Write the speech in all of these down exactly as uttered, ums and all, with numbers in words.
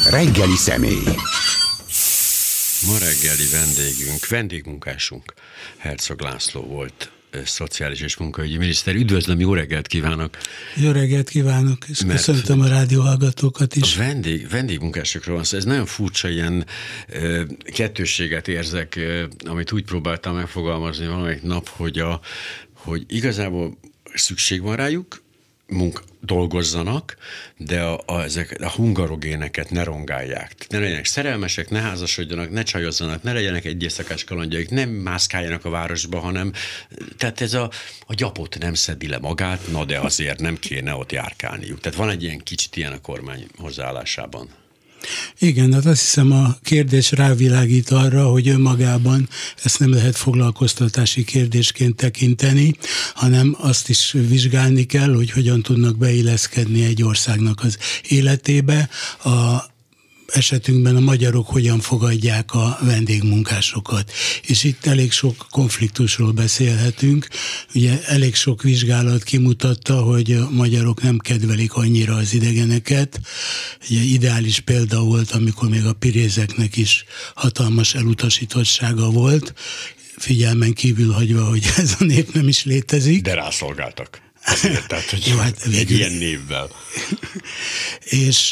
Reggeli személy. Ma reggeli vendégünk, vendégmunkásunk Herzog László volt, szociális és munkaügyi miniszter. Üdvözlöm, jó reggelt kívánok! Jó reggelt kívánok, és mert köszöntöm a rádióhallgatókat is. A vendég, vendégmunkásokról van szó, ez nagyon furcsa, ilyen ö, kettősséget érzek, ö, amit úgy próbáltam megfogalmazni valamelyik nap, hogy, a, hogy igazából szükség van rájuk, munka, dolgozzanak, de a, a, ezek, a hungarogéneket ne rongálják. Ne legyenek szerelmesek, ne házasodjanak, ne csajozzanak, ne legyenek egy éjszakás kalandjaik, nem mászkáljanak a városba, hanem tehát ez a, a gyapot nem szedi le magát, na de azért nem kéne ott járkálniuk. Tehát van egy ilyen kicsit ilyen a kormány hozzáállásában. Igen, hát azt hiszem a kérdés rávilágít arra, hogy önmagában ezt nem lehet foglalkoztatási kérdésként tekinteni, hanem azt is vizsgálni kell, hogy hogyan tudnak beilleszkedni egy országnak az életébe. A esetünkben a magyarok hogyan fogadják a vendégmunkásokat. És itt elég sok konfliktusról beszélhetünk. Ugye elég sok vizsgálat kimutatta, hogy a magyarok nem kedvelik annyira az idegeneket. Ugye ideális példa volt, amikor még a pirézeknek is hatalmas elutasítottsága volt, figyelmen kívül hagyva, hogy ez a nép nem is létezik. De rászolgáltak. Azért, tehát, hogy Jó, hát egy végül... ilyen névvel. És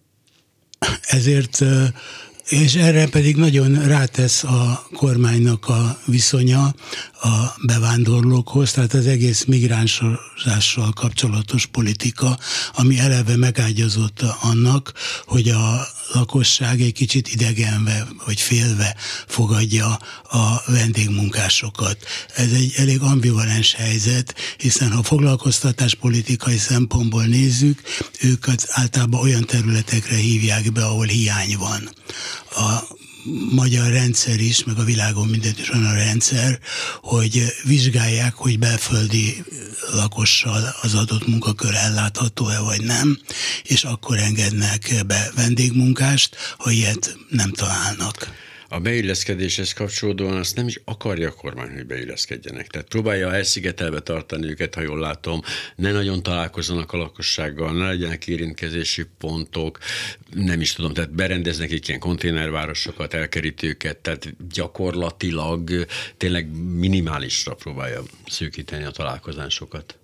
ezért, és erre pedig nagyon rátesz a kormánynak a viszonya a bevándorlókhoz, tehát az egész migránsozással kapcsolatos politika, ami eleve megágyazott annak, hogy a lakosság egy kicsit idegenve vagy félve fogadja a vendégmunkásokat. Ez egy elég ambivalens helyzet, hiszen ha foglalkoztatáspolitikai szempontból nézzük, őket általában olyan területekre hívják be, ahol hiány van. A magyar rendszer is, meg a világon mindent is olyan a rendszer, hogy vizsgálják, hogy belföldi lakossal az adott munkakör ellátható-e vagy nem, és akkor engednek be vendégmunkást, ha ilyet nem találnak. A beilleszkedéshez kapcsolódóan azt nem is akarja a kormány, hogy beilleszkedjenek. Tehát próbálja elszigetelve tartani őket, ha jól látom, ne nagyon találkozzanak a lakossággal, ne legyenek érintkezési pontok, nem is tudom, tehát berendeznek egy ilyen konténervárosokat, elkeríti őket, tehát gyakorlatilag tényleg minimálisra próbálja szűkíteni a találkozásokat.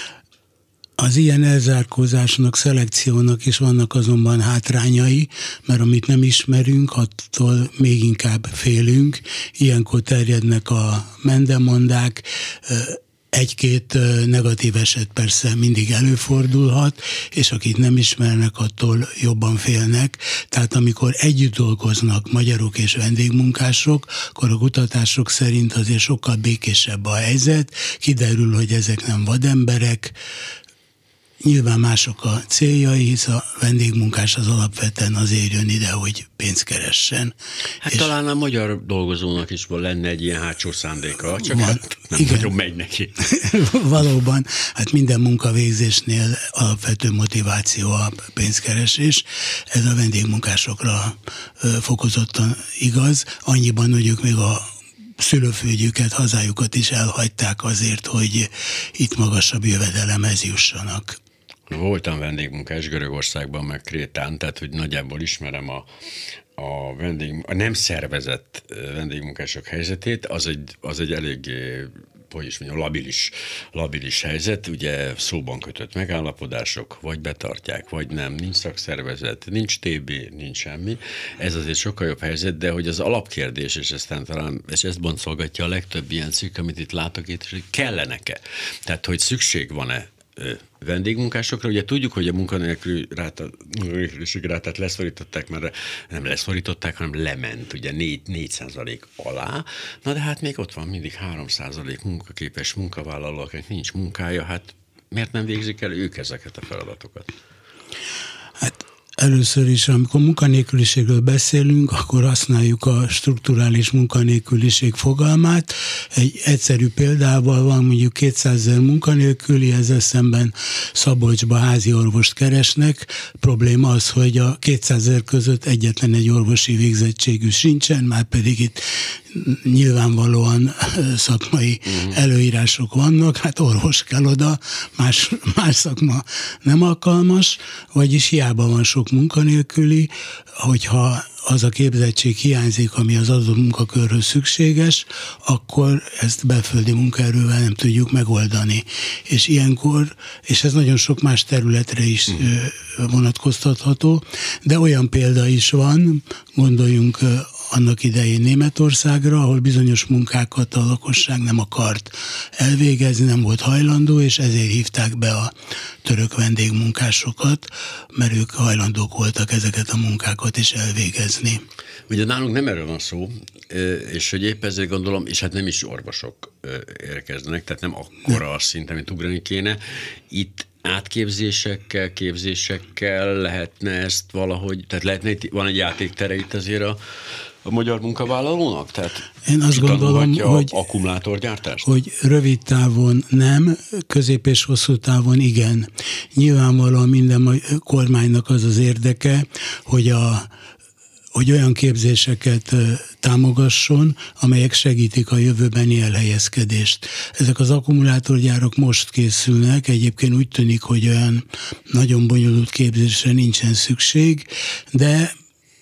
Az ilyen elzárkózásnak, szelekciónak is vannak azonban hátrányai, mert amit nem ismerünk, attól még inkább félünk. Ilyenkor terjednek a mendemondák, egy-két negatív eset persze mindig előfordulhat, és akik nem ismernek, attól jobban félnek. Tehát amikor együtt dolgoznak magyarok és vendégmunkások, akkor a kutatások szerint azért sokkal békésebb a helyzet, kiderül, hogy ezek nem vademberek. Nyilván mások a céljai, hisz a vendégmunkás az alapvetően azért jön ide, hogy pénzt keressen. Hát és talán a magyar dolgozónak is lenne egy ilyen hátsó szándéka, csak van, hát nem igen. nagyon megy neki. Valóban, hát minden munkavégzésnél alapvető motiváció a pénzkeresés. Ez a vendégmunkásokra fokozottan igaz, annyiban, hogy ők még a szülőföldjüket, hazájukat is elhagyták azért, hogy itt magasabb jövedelemhez jussanak. Voltam vendégmunkás Görögországban, meg Krétán, tehát hogy nagyjából ismerem a, a, vendég, a nem szervezett vendégmunkások helyzetét, az egy, az egy eléggé, hogy is mondjam, labilis, labilis helyzet, ugye szóban kötött megállapodások, vagy betartják, vagy nem, nincs szakszervezet, nincs té bé, nincs semmi. Ez azért sokkal jobb helyzet, de hogy az alapkérdés, és aztán talán, és ezt boncolgatja a legtöbb ilyen cikk, amit itt látok itt, hogy kellenek-e? Tehát, hogy szükség van-e vendégmunkásokra. Ugye tudjuk, hogy a munkanélküli ráta, munkanélküliség rátát leszorították, mert nem leszorították, hanem lement, ugye négy százalék alá. Na de hát még ott van mindig három százalék munkaképes munkavállaló, akinek nincs munkája, hát miért nem végzik el ők ezeket a feladatokat? Hát először is, amikor munkanélküliségről beszélünk, akkor használjuk a strukturális munkanélküliség fogalmát. Egy egyszerű példával van, mondjuk kétszázezer munkanélküli, ezzel szemben Szabolcsba házi orvost keresnek. Probléma az, hogy a kétszázezer között egyetlen egy orvosi végzettségű sincsen, már pedig itt nyilvánvalóan szakmai uh-huh. előírások vannak, hát orvos kell oda, más, más szakma nem alkalmas, vagyis hiába van sok munkanélküli, hogyha az a képzettség hiányzik, ami az adott munkakörhöz szükséges, akkor ezt belföldi munkaerővel nem tudjuk megoldani. És ilyenkor, és ez nagyon sok más területre is mm. vonatkoztatható, de olyan példa is van, gondoljunk annak idején Németországra, ahol bizonyos munkákat a lakosság nem akart elvégezni, nem volt hajlandó, és ezért hívták be a török vendégmunkásokat, mert ők hajlandók voltak ezeket a munkákat is elvégezni. Ugye nálunk nem erről van szó, és hogy épp ezért gondolom, és hát nem is orvosok érkeznek, tehát nem akkora a szint, amit ugrani kéne. Itt átképzésekkel, képzésekkel lehetne ezt valahogy, tehát lehetne, van egy játéktere itt azért a a magyar munkavállalónak? Tehát én azt gondolom, hogy akkumulátorgyártást? Hogy rövid távon nem, közép és hosszú távon igen. Nyilvánvalóan minden kormánynak az az érdeke, hogy a hogy olyan képzéseket támogasson, amelyek segítik a jövőbeni elhelyezkedést. Ezek az akkumulátorgyárak most készülnek, egyébként úgy tűnik, hogy olyan nagyon bonyolult képzésre nincsen szükség, de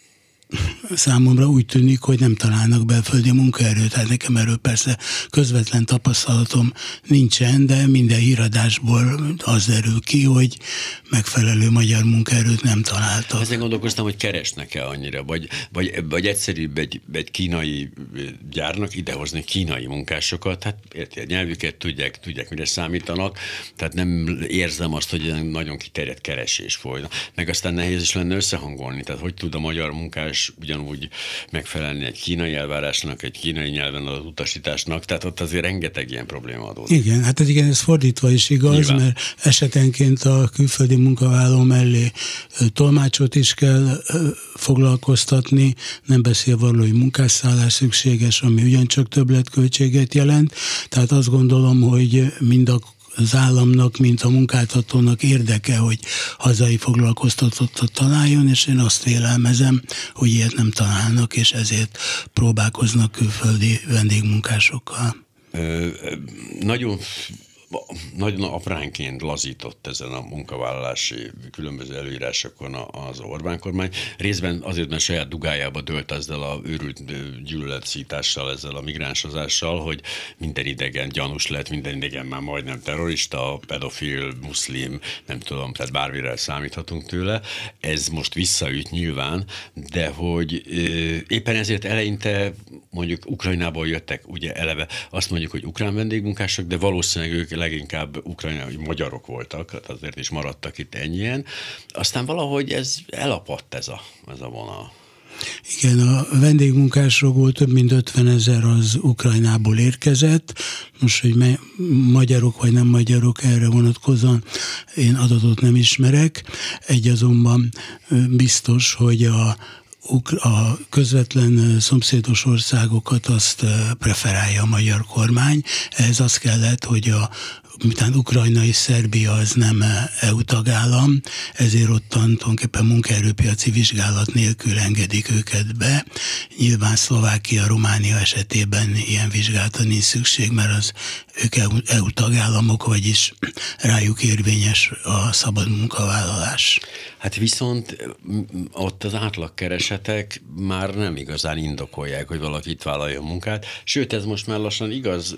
számomra úgy tűnik, hogy nem találnak belföldi munkaerőt. Hát nekem erről persze közvetlen tapasztalatom nincsen, de minden híradásból az derül ki, hogy megfelelő magyar munkaerőt nem találtak. Ezen gondolkoztam, hogy keresnek-e annyira, vagy, vagy, vagy egyszerűbb egy, egy kínai gyárnak idehozni kínai munkásokat, hát érti, a nyelvüket tudják, tudják, mire számítanak, tehát nem érzem azt, hogy nagyon kiterjedt keresés folyna. Meg aztán nehéz is lenne összehangolni, tehát hogy tud a magyar munkás ugyanúgy megfelelni egy kínai elvárásnak, egy kínai nyelven az utasításnak, tehát ott azért rengeteg ilyen probléma adódik. Igen, hát igen, ez fordítva is igaz, nyilván. Mert esetenként a külföldi munkavállaló mellé tolmácsot is kell foglalkoztatni, nem beszélve arról, hogy munkásszállás szükséges, ami ugyancsak többletköltséget jelent, tehát azt gondolom, hogy mind a az államnak, mint a munkáltatónak érdeke, hogy hazai foglalkoztatottat találjon, és én azt vélelmezem, hogy ilyet nem találnak, és ezért próbálkoznak külföldi vendégmunkásokkal. Ö, nagyon nagyon apránként lazított ezen a munkavállalási különböző előírásokon az Orbán kormány. Részben azért, mert saját dugájába dőlt ezzel a őrült gyűlöletszítással, ezzel a migránsozással, hogy minden idegen gyanús lett, minden idegen már majdnem terrorista, pedofil, muszlim, nem tudom, tehát bármire számíthatunk tőle. Ez most visszaüt nyilván, de hogy éppen ezért eleinte mondjuk Ukrajnából jöttek, ugye eleve azt mondjuk, hogy ukrán vendégmunkások, de valószínűleg ők leginkább ukrajnai magyarok voltak, hát azért is maradtak itt ennyien. Aztán valahogy ez elapadt ez a, ez a vonal. Igen, a vendégmunkásokból több mint ötvenezer az Ukrajnából érkezett. Most, hogy magyarok vagy nem magyarok, erre vonatkozóan én adatot nem ismerek. Egy azonban biztos, hogy a a közvetlen szomszédos országokat azt preferálja a magyar kormány. Ehhez az kellett, hogy a miután Ukrajna és Szerbia az nem é u tagállam, ezért ott tulajdonképpen munkaerőpiaci vizsgálat nélkül engedik őket be. Nyilván Szlovákia, Románia esetében ilyen vizsgálatra nincs szükség, mert az ők é u tagállamok, vagyis rájuk érvényes a szabad munkavállalás. Hát viszont ott az átlagkeresetek már nem igazán indokolják, hogy valaki itt vállalja a munkát, sőt ez most már lassan igaz,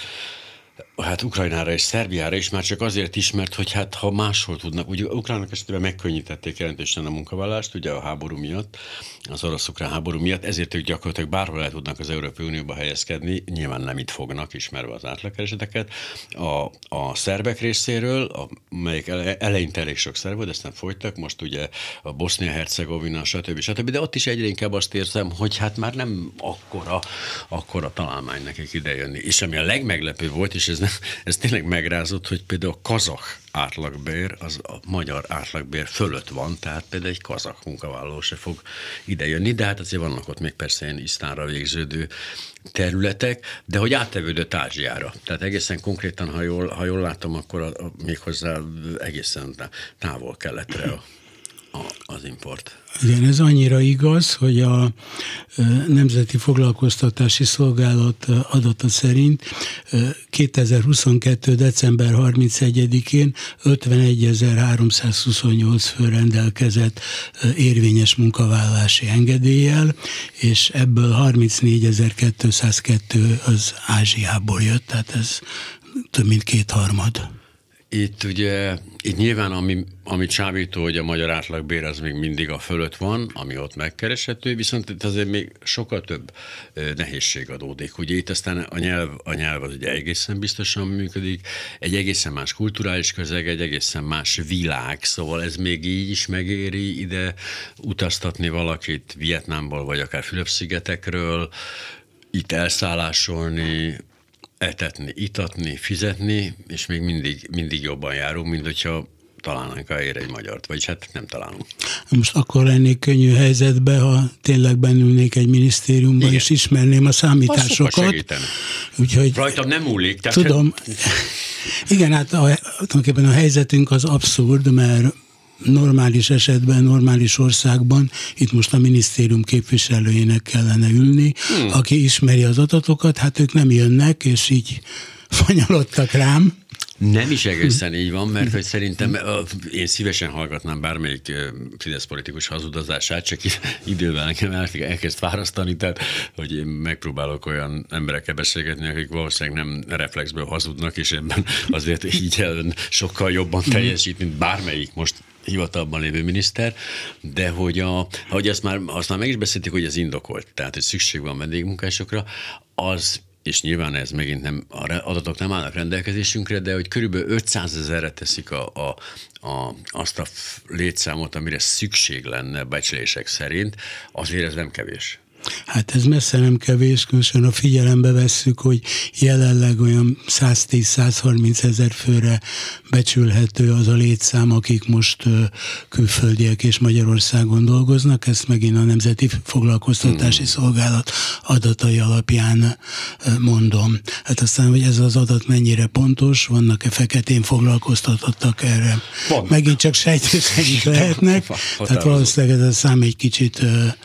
hát Ukrajnára és Szerbiára is, már csak azért is, mert hogy hát ha máshol tudnak, ugye Ukrajnának esetében megkönnyítették jelentősen a munkavállalást, ugye a háború miatt, az orosz-ukrán háború miatt, ezért ők gyakorlatilag bárhol el tudnak az Európai Unióba helyezkedni, nyilván nem itt fognak, ismerve az átlagkereseteket. A, a szerbek részéről, amelyek eleinte elég sok szerb volt, aztán folytak, most ugye a Bosznia-Hercegovina, stb. stb. De ott is egyre inkább azt érzem, hogy hát már nem akkora, akkora találmány nekik idejönni. És ami a legmeglepőbb volt, és ez, ez tényleg megrázott, hogy például a kazakh átlagbér az a magyar átlagbér fölött van, tehát például egy kazakh munkavállaló se fog idejönni, de hát azért vannak ott még persze ilyen isztánra végződő területek, de hogy áttevődött Ázsiára. Tehát egészen konkrétan, ha jól, ha jól látom, akkor a, a, méghozzá egészen távol-keletre a, a, az import. Igen, ez annyira igaz, hogy a Nemzeti Foglalkoztatási Szolgálat adata szerint kétezer-huszonkettő. december harmincegyedikén ötvenegyezer-háromszázhuszonnyolc fő rendelkezett érvényes munkavállalási engedéllyel, és ebből harmincnégyezer-kétszázkettő az Ázsiából jött, tehát ez több mint kétharmad. Itt ugye, itt nyilván ami, ami csábító, hogy a magyar átlagbér az még mindig a fölött van, ami ott megkereshető, viszont itt azért még sokkal több nehézség adódik. Ugye itt aztán a nyelv, a nyelv az ugye egészen biztosan működik, egy egészen más kulturális közeg, egy egészen más világ, szóval ez még így is megéri ide utaztatni valakit Vietnámból, vagy akár Fülöp-szigetekről, itt elszállásolni, etetni, itatni, fizetni, és még mindig, mindig jobban járunk, mint hogyha találnánk helyére egy magyart, vagyis hát nem találunk. Most akkor lennék könnyű helyzetbe, ha tényleg bennülnék egy minisztériumban, igen, és ismerném a számításokat. Úgyhogy rajtam nem múlik. Tehát tudom. Igen, hát a, tulajdonképpen a helyzetünk az abszurd, mert normális esetben, normális országban itt most a minisztérium képviselőjének kellene ülni, hmm. aki ismeri az adatokat, hát ők nem jönnek, és így fanyalodtak rám. Nem is egészen így van, mert hogy szerintem én szívesen hallgatnám bármelyik Fidesz politikus hazudozását, csak idővel nekem elkezd fárasztani, tehát hogy én megpróbálok olyan emberekkel beszélgetni, akik valószínűleg nem reflexből hazudnak, és ebben azért így ellen sokkal jobban teljesít, mint bármelyik most hivatalban lévő miniszter, de hogy, a, hogy azt, már, azt már meg is beszéltük, hogy ez indokolt, tehát hogy szükség van vendégmunkásokra, az, és nyilván ez megint nem, a adatok nem állnak rendelkezésünkre, de hogy körülbelül ötszázezerre teszik a, a, a, azt a létszámot, amire szükség lenne becslések szerint, azért ez nem kevés. Hát ez messze nem kevés, különösen a figyelembe vesszük, hogy jelenleg olyan száztíz-százharminc ezer főre becsülhető az a létszám, akik most külföldiek és Magyarországon dolgoznak, ezt megint a Nemzeti Foglalkoztatási hmm. Szolgálat adatai alapján mondom. Hát aztán, hogy ez az adat mennyire pontos, vannak-e feketén foglalkoztatottak erre? Vannak. Megint csak sejtések lehetnek, tehát valószínűleg ez a szám egy kicsit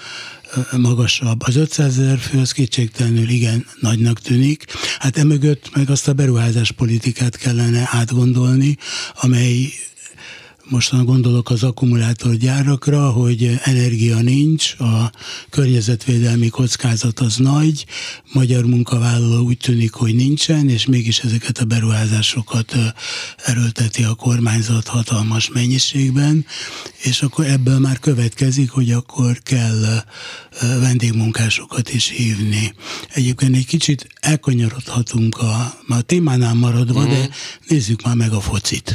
magasabb. Az ötszázezer fő az kétségtelenül igen nagynak tűnik. Hát emögött meg azt a beruházáspolitikát kellene átgondolni, amely mostan gondolok az akkumulátorgyárakra, hogy energia nincs, a környezetvédelmi kockázat az nagy, magyar munkavállaló úgy tűnik, hogy nincsen, és mégis ezeket a beruházásokat erőlteti a kormányzat hatalmas mennyiségben, és akkor ebből már következik, hogy akkor kell vendégmunkásokat is hívni. Egyébként egy kicsit elkanyarodhatunk a, a témánál maradva, mm. de nézzük már meg a focit.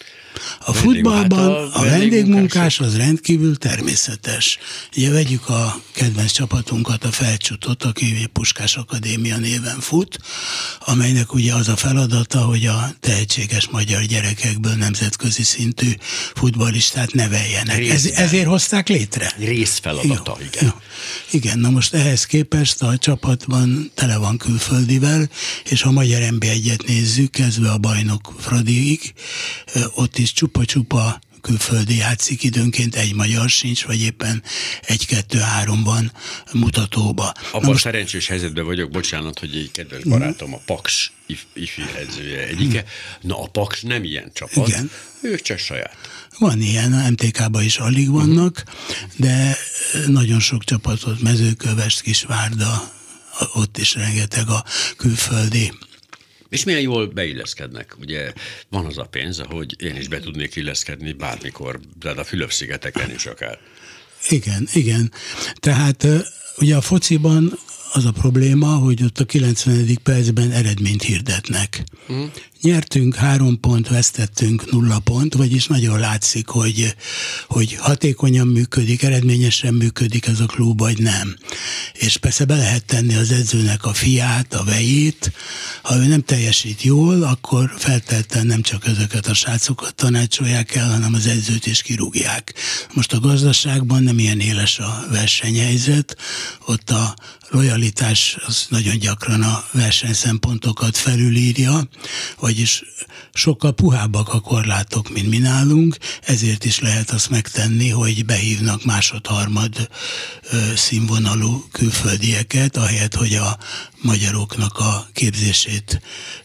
A futballban a vendégmunkás az rendkívül természetes. Ugye vegyük a kedvenc csapatunkat, a Felcsutot, aki Puskás Akadémia néven fut, amelynek ugye az a feladata, hogy a tehetséges magyar gyerekekből nemzetközi szintű futballistát neveljenek. Ez, ezért hozták létre. Részfeladata, jó, igen. Jó. Igen, na most ehhez képest a csapatban tele van külföldivel, és ha a magyar en bé egyet nézzük, kezdve a bajnok Fradiig, ott is csupa-csupa külföldi játszik, időnként egy magyar sincs, vagy éppen egy-kettő-három van mutatóba. Abban most... szerencsés helyzetben vagyok, bocsánat, hogy egy kedves barátom, a Paks if, ifi edzője egyike. Na, a Paks nem ilyen csapat, igen. Ők csak saját. Van ilyen, a em té ká-ban is alig vannak, de nagyon sok csapatot, Mezőkövesd, Kisvárda, ott is rengeteg a külföldi. És milyen jól beilleszkednek. Ugye van az a pénz, ahogy én is be tudnék illeszkedni bármikor, de a Fülöp-szigeteken is akár. Igen, igen. Tehát ugye a fociban az a probléma, hogy ott a kilencvenedik percben eredményt hirdetnek. Mm. Nyertünk három pont, vesztettünk nulla pont, vagyis nagyon látszik, hogy, hogy hatékonyan működik, eredményesen működik ez a klub, vagy nem. És persze be lehet tenni az edzőnek a fiát, a vejét. Ha ő nem teljesít jól, akkor feltétlenül nem csak ezeket a srácokat tanácsolják el, hanem az edzőt is kirúgják. Most a gazdaságban nem ilyen éles a versenyhelyzet, ott a lojalitás az nagyon gyakran a versenyszempontokat felülírja, vagy vagyis sokkal puhábbak a korlátok, mint mi nálunk, ezért is lehet azt megtenni, hogy behívnak másod-harmad színvonalú külföldieket, ahelyett, hogy a magyaroknak a képzését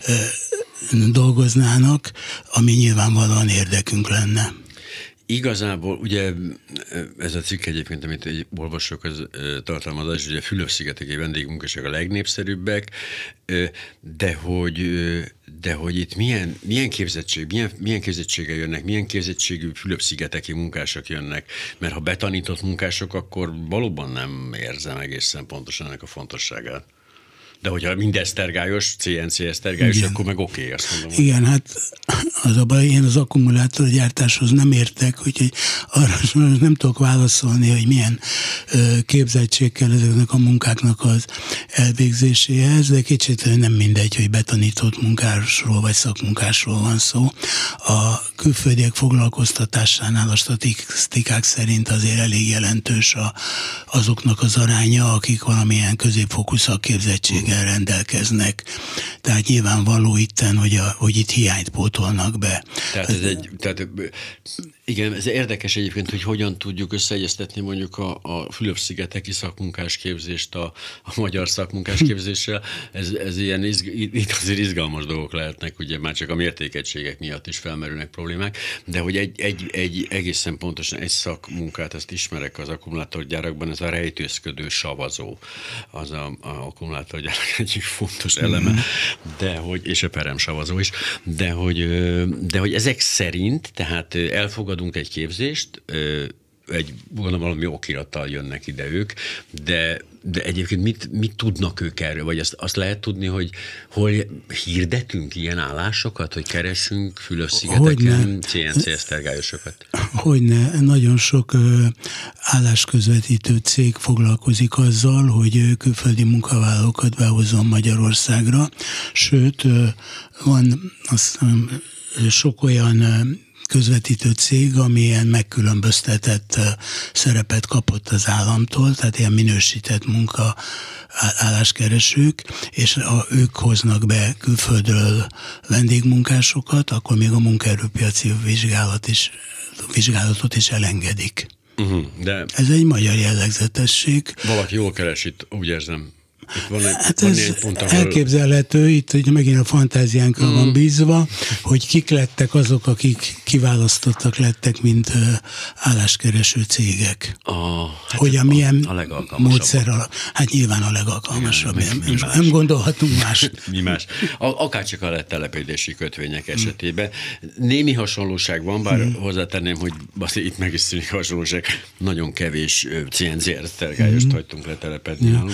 dolgoznának, ami nyilvánvalóan érdekünk lenne. Igazából ugye ez a cikk egyébként, amit olvasok, az tartalmazás, hogy a Fülöp-szigeteki vendégmunkások a legnépszerűbbek, de hogy, de hogy itt milyen, milyen képzettség, milyen, milyen képzettséggel jönnek, milyen képzettségű Fülöp-szigeteki munkások jönnek, mert ha betanított munkások, akkor valóban nem érzem egészen pontosan ennek a fontosságát. De hogyha mind esztergályos, cé en cé esztergályos, akkor meg oké, okay, azt mondom. Igen, hát az a baj, én az akkumulátorgyártáshoz nem értek, úgyhogy arra nem tudok válaszolni, hogy milyen képzettség kell ezeknek a munkáknak az elvégzéséhez, de kicsit nem mindegy, hogy betanított munkásról vagy szakmunkásról van szó. A külföldiek foglalkoztatásánál a statisztikák szerint azért elég jelentős a, azoknak az aránya, akik valamilyen középfokú szakképzettséggel rendelkeznek. Tehát nyilvánvaló itten, hogy, a, hogy itt hiányt pótolnak be. Tehát ez egy, tehát igen, ez érdekes egyébként, hogy hogyan tudjuk összeegyeztetni mondjuk a, a Fülöp-szigeteki szakmunkás képzést a, a magyar szakmunkás képzéssel. Ez, ez ilyen, izg, itt azért izgalmas dolgok lehetnek, ugye már csak a mértékegységek miatt is felmerülnek problémák, de hogy egy, egy, egy egészen pontosan egy szakmunkát, ezt ismerek az akkumulátorgyárakban, ez a rejtőzködő savazó, az a, a akkumulátorgyárak egyik fontos eleme, de hogy, és a peremsavazó is, de hogy, de hogy ezek szerint, tehát elfogadunk egy képzést, egy, gondolom valami okirattal jönnek ide ők, de, de egyébként mit, mit tudnak ők erről? Vagy azt, azt lehet tudni, hogy hol hirdetünk ilyen állásokat, hogy keresünk Fülöp-szigeteken cé en cé esztergályosokat? Hogyne, nagyon sok ö, állásközvetítő cég foglalkozik azzal, hogy külföldi munkavállalókat behozzon Magyarországra, sőt, ö, van azt hiszem, sok olyan ö, közvetítő cég, ami ilyen megkülönböztetett szerepet kapott az államtól, tehát ilyen minősített munka álláskeresők, és a, ők hoznak be külföldről vendégmunkásokat, akkor még a munkaerőpiaci vizsgálat is, vizsgálatot is elengedik. Uh-huh, de ez egy magyar jellegzetesség. Valaki jól keres itt, úgy érzem. Itt van egy, hát van ez egy pont, ahol... elképzelhető, itt ugye megint a fantáziánkra mm. van bízva, hogy kik lettek azok, akik kiválasztottak lettek, mint uh, álláskereső cégek. A, hát hogy a, a milyen a módszer, a, hát nyilván a legalkalmasabb. Igen, nem, nem, nem gondolhatunk más. Mi más? Akárcsak a letelepedési kötvények esetében. Némi hasonlóság van, bár mm. hozzátenném, hogy itt meg is szűnik hasonlóság. Nagyon kevés cé en cé esztergályost mm. hagytunk letelepedni nálunk.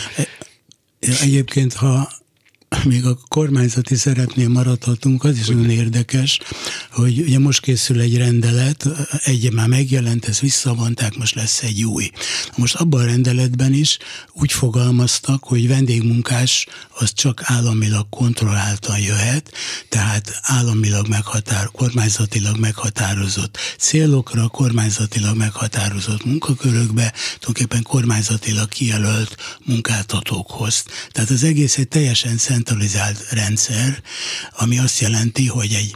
Egyébként, ha még a kormányzati szerepnél maradhatunk, az is nagyon érdekes, hogy ugye most készül egy rendelet, egy már megjelent, ezt visszavonták, most lesz egy új. Most abban a rendeletben is úgy fogalmaztak, hogy vendégmunkás az csak államilag kontrolláltan jöhet, tehát államilag meghatározott, kormányzatilag meghatározott célokra, kormányzatilag meghatározott munkakörökbe, tulajdonképpen kormányzatilag kijelölt munkáltatókhoz. Tehát az egész egy teljesen centralizált rendszer, ami azt jelenti, hogy egy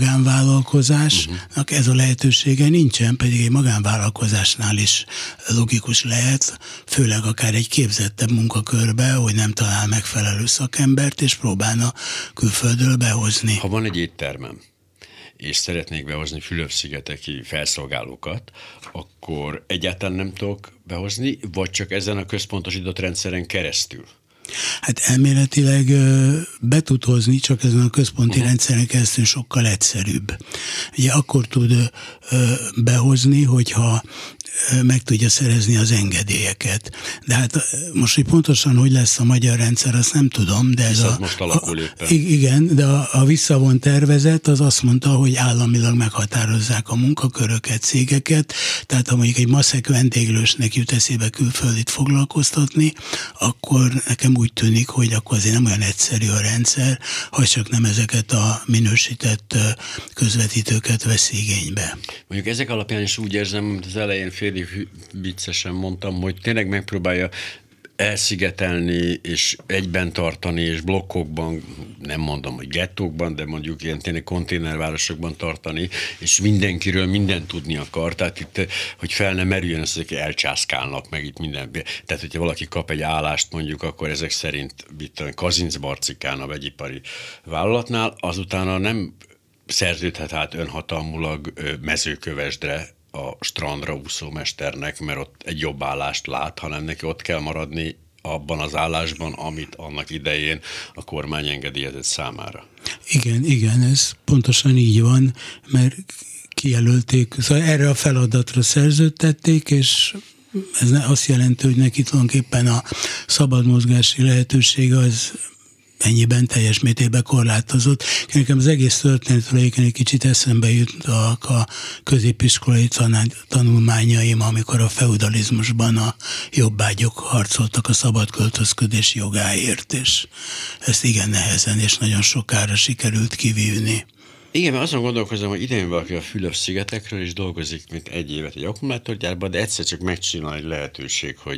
magánvállalkozásnak ez a lehetősége nincsen, pedig egy magánvállalkozásnál is logikus lehet, főleg akár egy képzettebb munkakörbe, hogy nem talál megfelelő szakembert, és próbálna külföldről behozni. Ha van egy éttermem, és szeretnék behozni Fülöp-szigeteki felszolgálókat, akkor egyáltalán nem tudok behozni, vagy csak ezen a központosított rendszeren keresztül? Hát elméletileg be tud hozni, csak ezen a központi uh-huh. rendszeren keresztül sokkal egyszerűbb. Ugye akkor tud behozni, hogyha meg tudja szerezni az engedélyeket. De hát most, hogy pontosan hogy lesz a magyar rendszer, azt nem tudom, de ez a, most alakul éppen. A, igen, de a, a visszavont tervezet az azt mondta, hogy államilag meghatározzák a munkaköröket, cégeket, tehát ha mondjuk egy maszek vendéglősnek jut eszébe külföldit foglalkoztatni, akkor nekem úgy tűnik, hogy akkor azért nem olyan egyszerű a rendszer, ha csak nem ezeket a minősített közvetítőket vesz igénybe. Mondjuk ezek alapján is úgy érzem, mint az elején félig viccesen mondtam, hogy tényleg megpróbálja elszigetelni, és egyben tartani, és blokkokban, nem mondom, hogy gettókban, de mondjuk ilyen tényleg konténervárosokban tartani, és mindenkiről mindent tudni akar. Tehát itt, hogy fel ne merüljön, az, hogy elcsászkálnak meg itt minden. Tehát, hogyha valaki kap egy állást mondjuk, akkor ezek szerint Kazincbarcikán a vegyipari vállalatnál, azután nem szerződhet át önhatalmulag Mezőkövesdre a strandra úszó mesternek, mert ott egy jobb állást lát, hanem neki ott kell maradni abban az állásban, amit annak idején a kormány engedélyezett számára. Igen, igen, ez pontosan így van, mert kijelölték, szóval erre a feladatra szerződtették, és ez azt jelenti, hogy neki tulajdonképpen a szabad mozgási lehetősége az ennyiben teljes mértékben korlátozott. Nekem az egész történetről egyébként egy kicsit eszembe jutnak a középiskolai tanulmányaim, amikor a feudalizmusban a jobbágyok harcoltak a szabad költözködés jogáért, és ezt igen nehezen és nagyon sokára sikerült kivívni. Igen, mert azon gondolkozom, hogy idején valaki a Fülöp-szigetekről is dolgozik, mint egy évet egy akkumulátorgyárban, de egyszer csak megcsinál egy lehetőség, hogy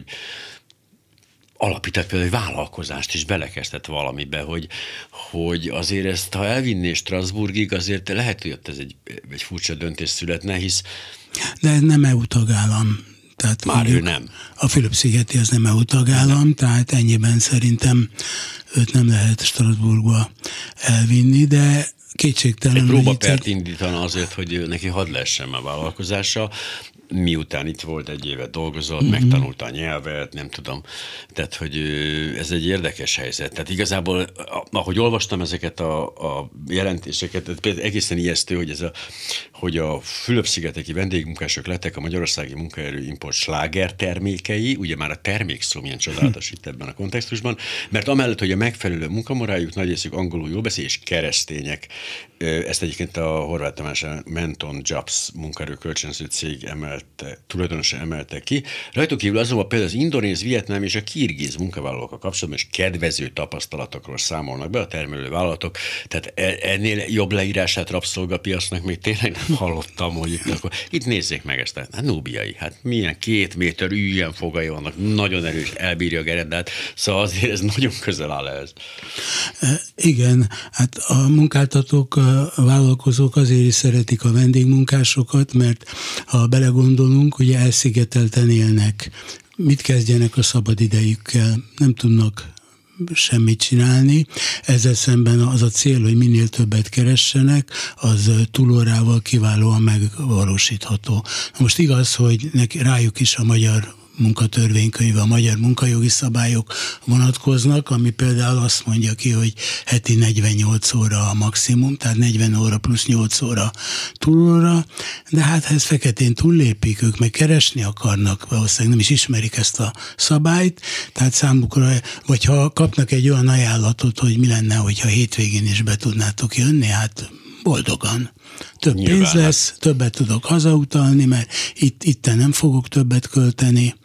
alapított például egy vállalkozást is belekezdett valamibe, hogy, hogy azért ezt, ha elvinné Strasbourgig, azért lehet, hogy ott ez egy, egy furcsa döntés születne, hisz... De ez nem é u tagállam. Tehát már ő nem. A Fülöp-szigeti az nem é u tagállam, tehát ennyiben szerintem őt nem lehet Strasbourgba elvinni, de kétségtelen... Egy próbapert indítana azért, hogy neki hadd lehessen a vállalkozása, miután itt volt egy évet dolgozott, uh-huh. megtanulta a nyelvet, nem tudom. Tehát, hogy ez egy érdekes helyzet. Tehát igazából, ahogy olvastam ezeket a, a jelentéseket, egészen ijesztő, hogy, ez a, hogy a Fülöp-szigeteki vendégmunkások lettek a magyarországi munkaerő import sláger termékei, ugye már a termék szó milyen csodálatos itt ebben a kontextusban, mert amellett, hogy a megfelelő munkamorájuk nagy részük angolul jól beszél, és keresztények. Ezt egyébként a Horváth Tamás Menton Jobs munkaerőkölcsönző cég emelte, tulajdonosan emelte ki. Rajtuk kívül azonban például az indonéz, vietnám és a kirgiz munkavállalókkal kapcsolatban is kedvező tapasztalatokról számolnak be a termelő vállalatok. Tehát ennél jobb leírását rabszolgapiacnak még tényleg nem hallottam, hogy itt, akkor, itt nézzék meg ezt. Hát núbiai, hát milyen két méter ilyen fogai vannak, nagyon erős, elbírja a gerendát, szóval azért ez nagyon közel áll ehhez. Igen, hát a munkáltatók, a vállalkozók azért is szeretik a vendégmunkásokat, mert ha belegondolunk, ugye elszigetelten élnek. Mit kezdjenek a szabad idejükkel? Nem tudnak semmit csinálni. Ezzel szemben az a cél, hogy minél többet keressenek, az túlórával kiválóan megvalósítható. Most igaz, hogy neki, rájuk is a magyar munkatörvénykönyve, a magyar munkajogi szabályok vonatkoznak, ami például azt mondja ki, hogy heti negyvennyolc óra a maximum, tehát negyven óra plusz nyolc óra túlóra, de hát ha ezt feketén túllépik, ők meg keresni akarnak, valószínűleg nem is ismerik ezt a szabályt, tehát számukra, vagy ha kapnak egy olyan ajánlatot, hogy mi lenne, hogyha hétvégén is be tudnátok jönni, hát boldogan. Több Nyilván, pénz lesz, hát. Többet tudok hazautalni, mert itt, itt nem fogok többet költeni,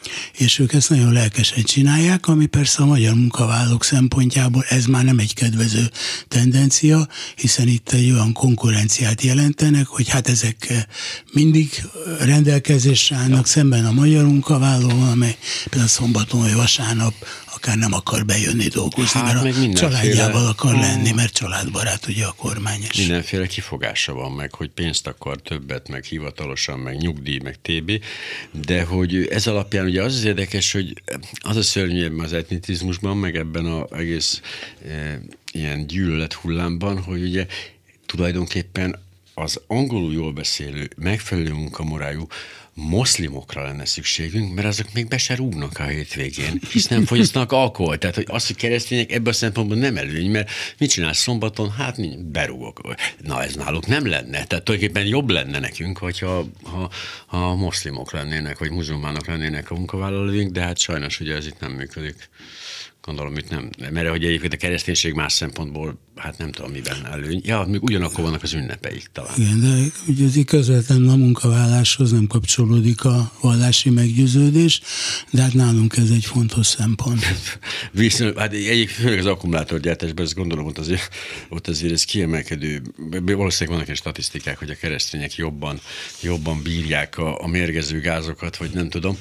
és ők ezt nagyon lelkesen csinálják, ami persze a magyar munkavállalók szempontjából ez már nem egy kedvező tendencia, hiszen itt egy olyan konkurenciát jelentenek, hogy hát ezek mindig rendelkezésre állnak ja. szemben a magyar munkavállalóval, amely például szombaton vagy vasárnap akár nem akar bejönni dolgozni, hát, mert a családjával akar lenni, mert családbarát ugye a kormány is. Mindenféle kifogása van meg, hogy pénzt akar többet, meg hivatalosan, meg nyugdíj, meg té bé, de hogy ez alapján ugye az az érdekes, hogy az a szörnyű ebben az etnicizmusban, meg ebben az egész e, ilyen gyűlölet hullámban, hogy ugye tulajdonképpen az angolul jól beszélő, megfelelő munkamorájú moszlimokra lenne szükségünk, mert azok még be se rúgnak a hétvégén, hisz nem fogyasztanak alkoholt. Tehát, hogy az, hogy keresztények ebből a szempontból nem előny, mert mit csinálsz szombaton? Hát berúgok. Na, ez náluk nem lenne. Tehát tulajdonképpen jobb lenne nekünk, hogyha ha, ha moszlimok lennének, vagy muzulmánok lennének a munkavállalóink, de hát sajnos ugye ez itt nem működik. Gondolom, itt nem. Mert hogy egyébként a kereszténység más szempontból hát nem tudom miben előny. Ja, még ugyanakkor vannak az ünnepeik talán. Igen, de ugye ez közvetlenül a munkaválláshoz nem kapcsolódik a vallási meggyőződés, de hát nálunk ez egy fontos szempont. Viszont, hát egyik, főleg az akkumulátorgyártásban, ezt gondolom, ott azért, ott azért ez kiemelkedő. Valószínűleg vannak ilyen statisztikák, hogy a keresztények jobban, jobban bírják a, a mérgező gázokat, vagy nem tudom.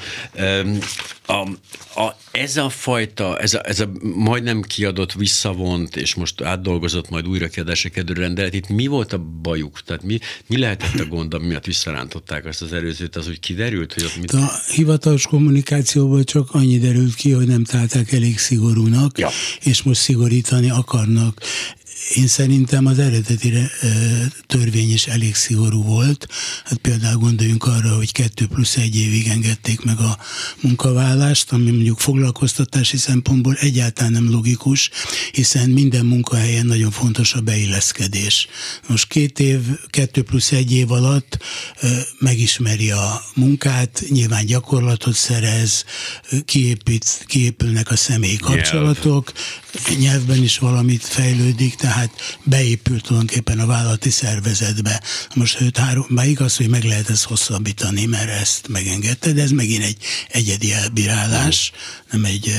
A, a, ez a fajta, ez a, ez a majdnem kiadott, visszavont, és most átdolgozott, majd újra kiadásra kerülő rendelet, itt mi volt a bajuk? Tehát mi, mi lehetett a gond, ami miatt visszarántották azt az előzőt, az úgy kiderült, hogy ott mit... A hivatalos kommunikációból csak annyi derült ki, hogy nem találták elég szigorúnak, ja. és most szigorítani akarnak. Én szerintem az eredeti törvény is elég szigorú volt. Hát például gondoljunk arra, hogy kettő plusz egy évig engedték meg a munkavállást, ami mondjuk foglalkoztatási szempontból egyáltalán nem logikus, hiszen minden munkahelyen nagyon fontos a beilleszkedés. Most két év, kettő plusz egy év alatt megismeri a munkát, nyilván gyakorlatot szerez, kiépít, kiépülnek a személyi kapcsolatok, nyelvben is valamit fejlődik, tehát beépült tulajdonképpen a vállalati szervezetbe. Most őt három, már igaz, hogy meg lehet ezt hosszabbítani, mert ezt megengedte, de ez megint egy egyedi elbírálás, nem egy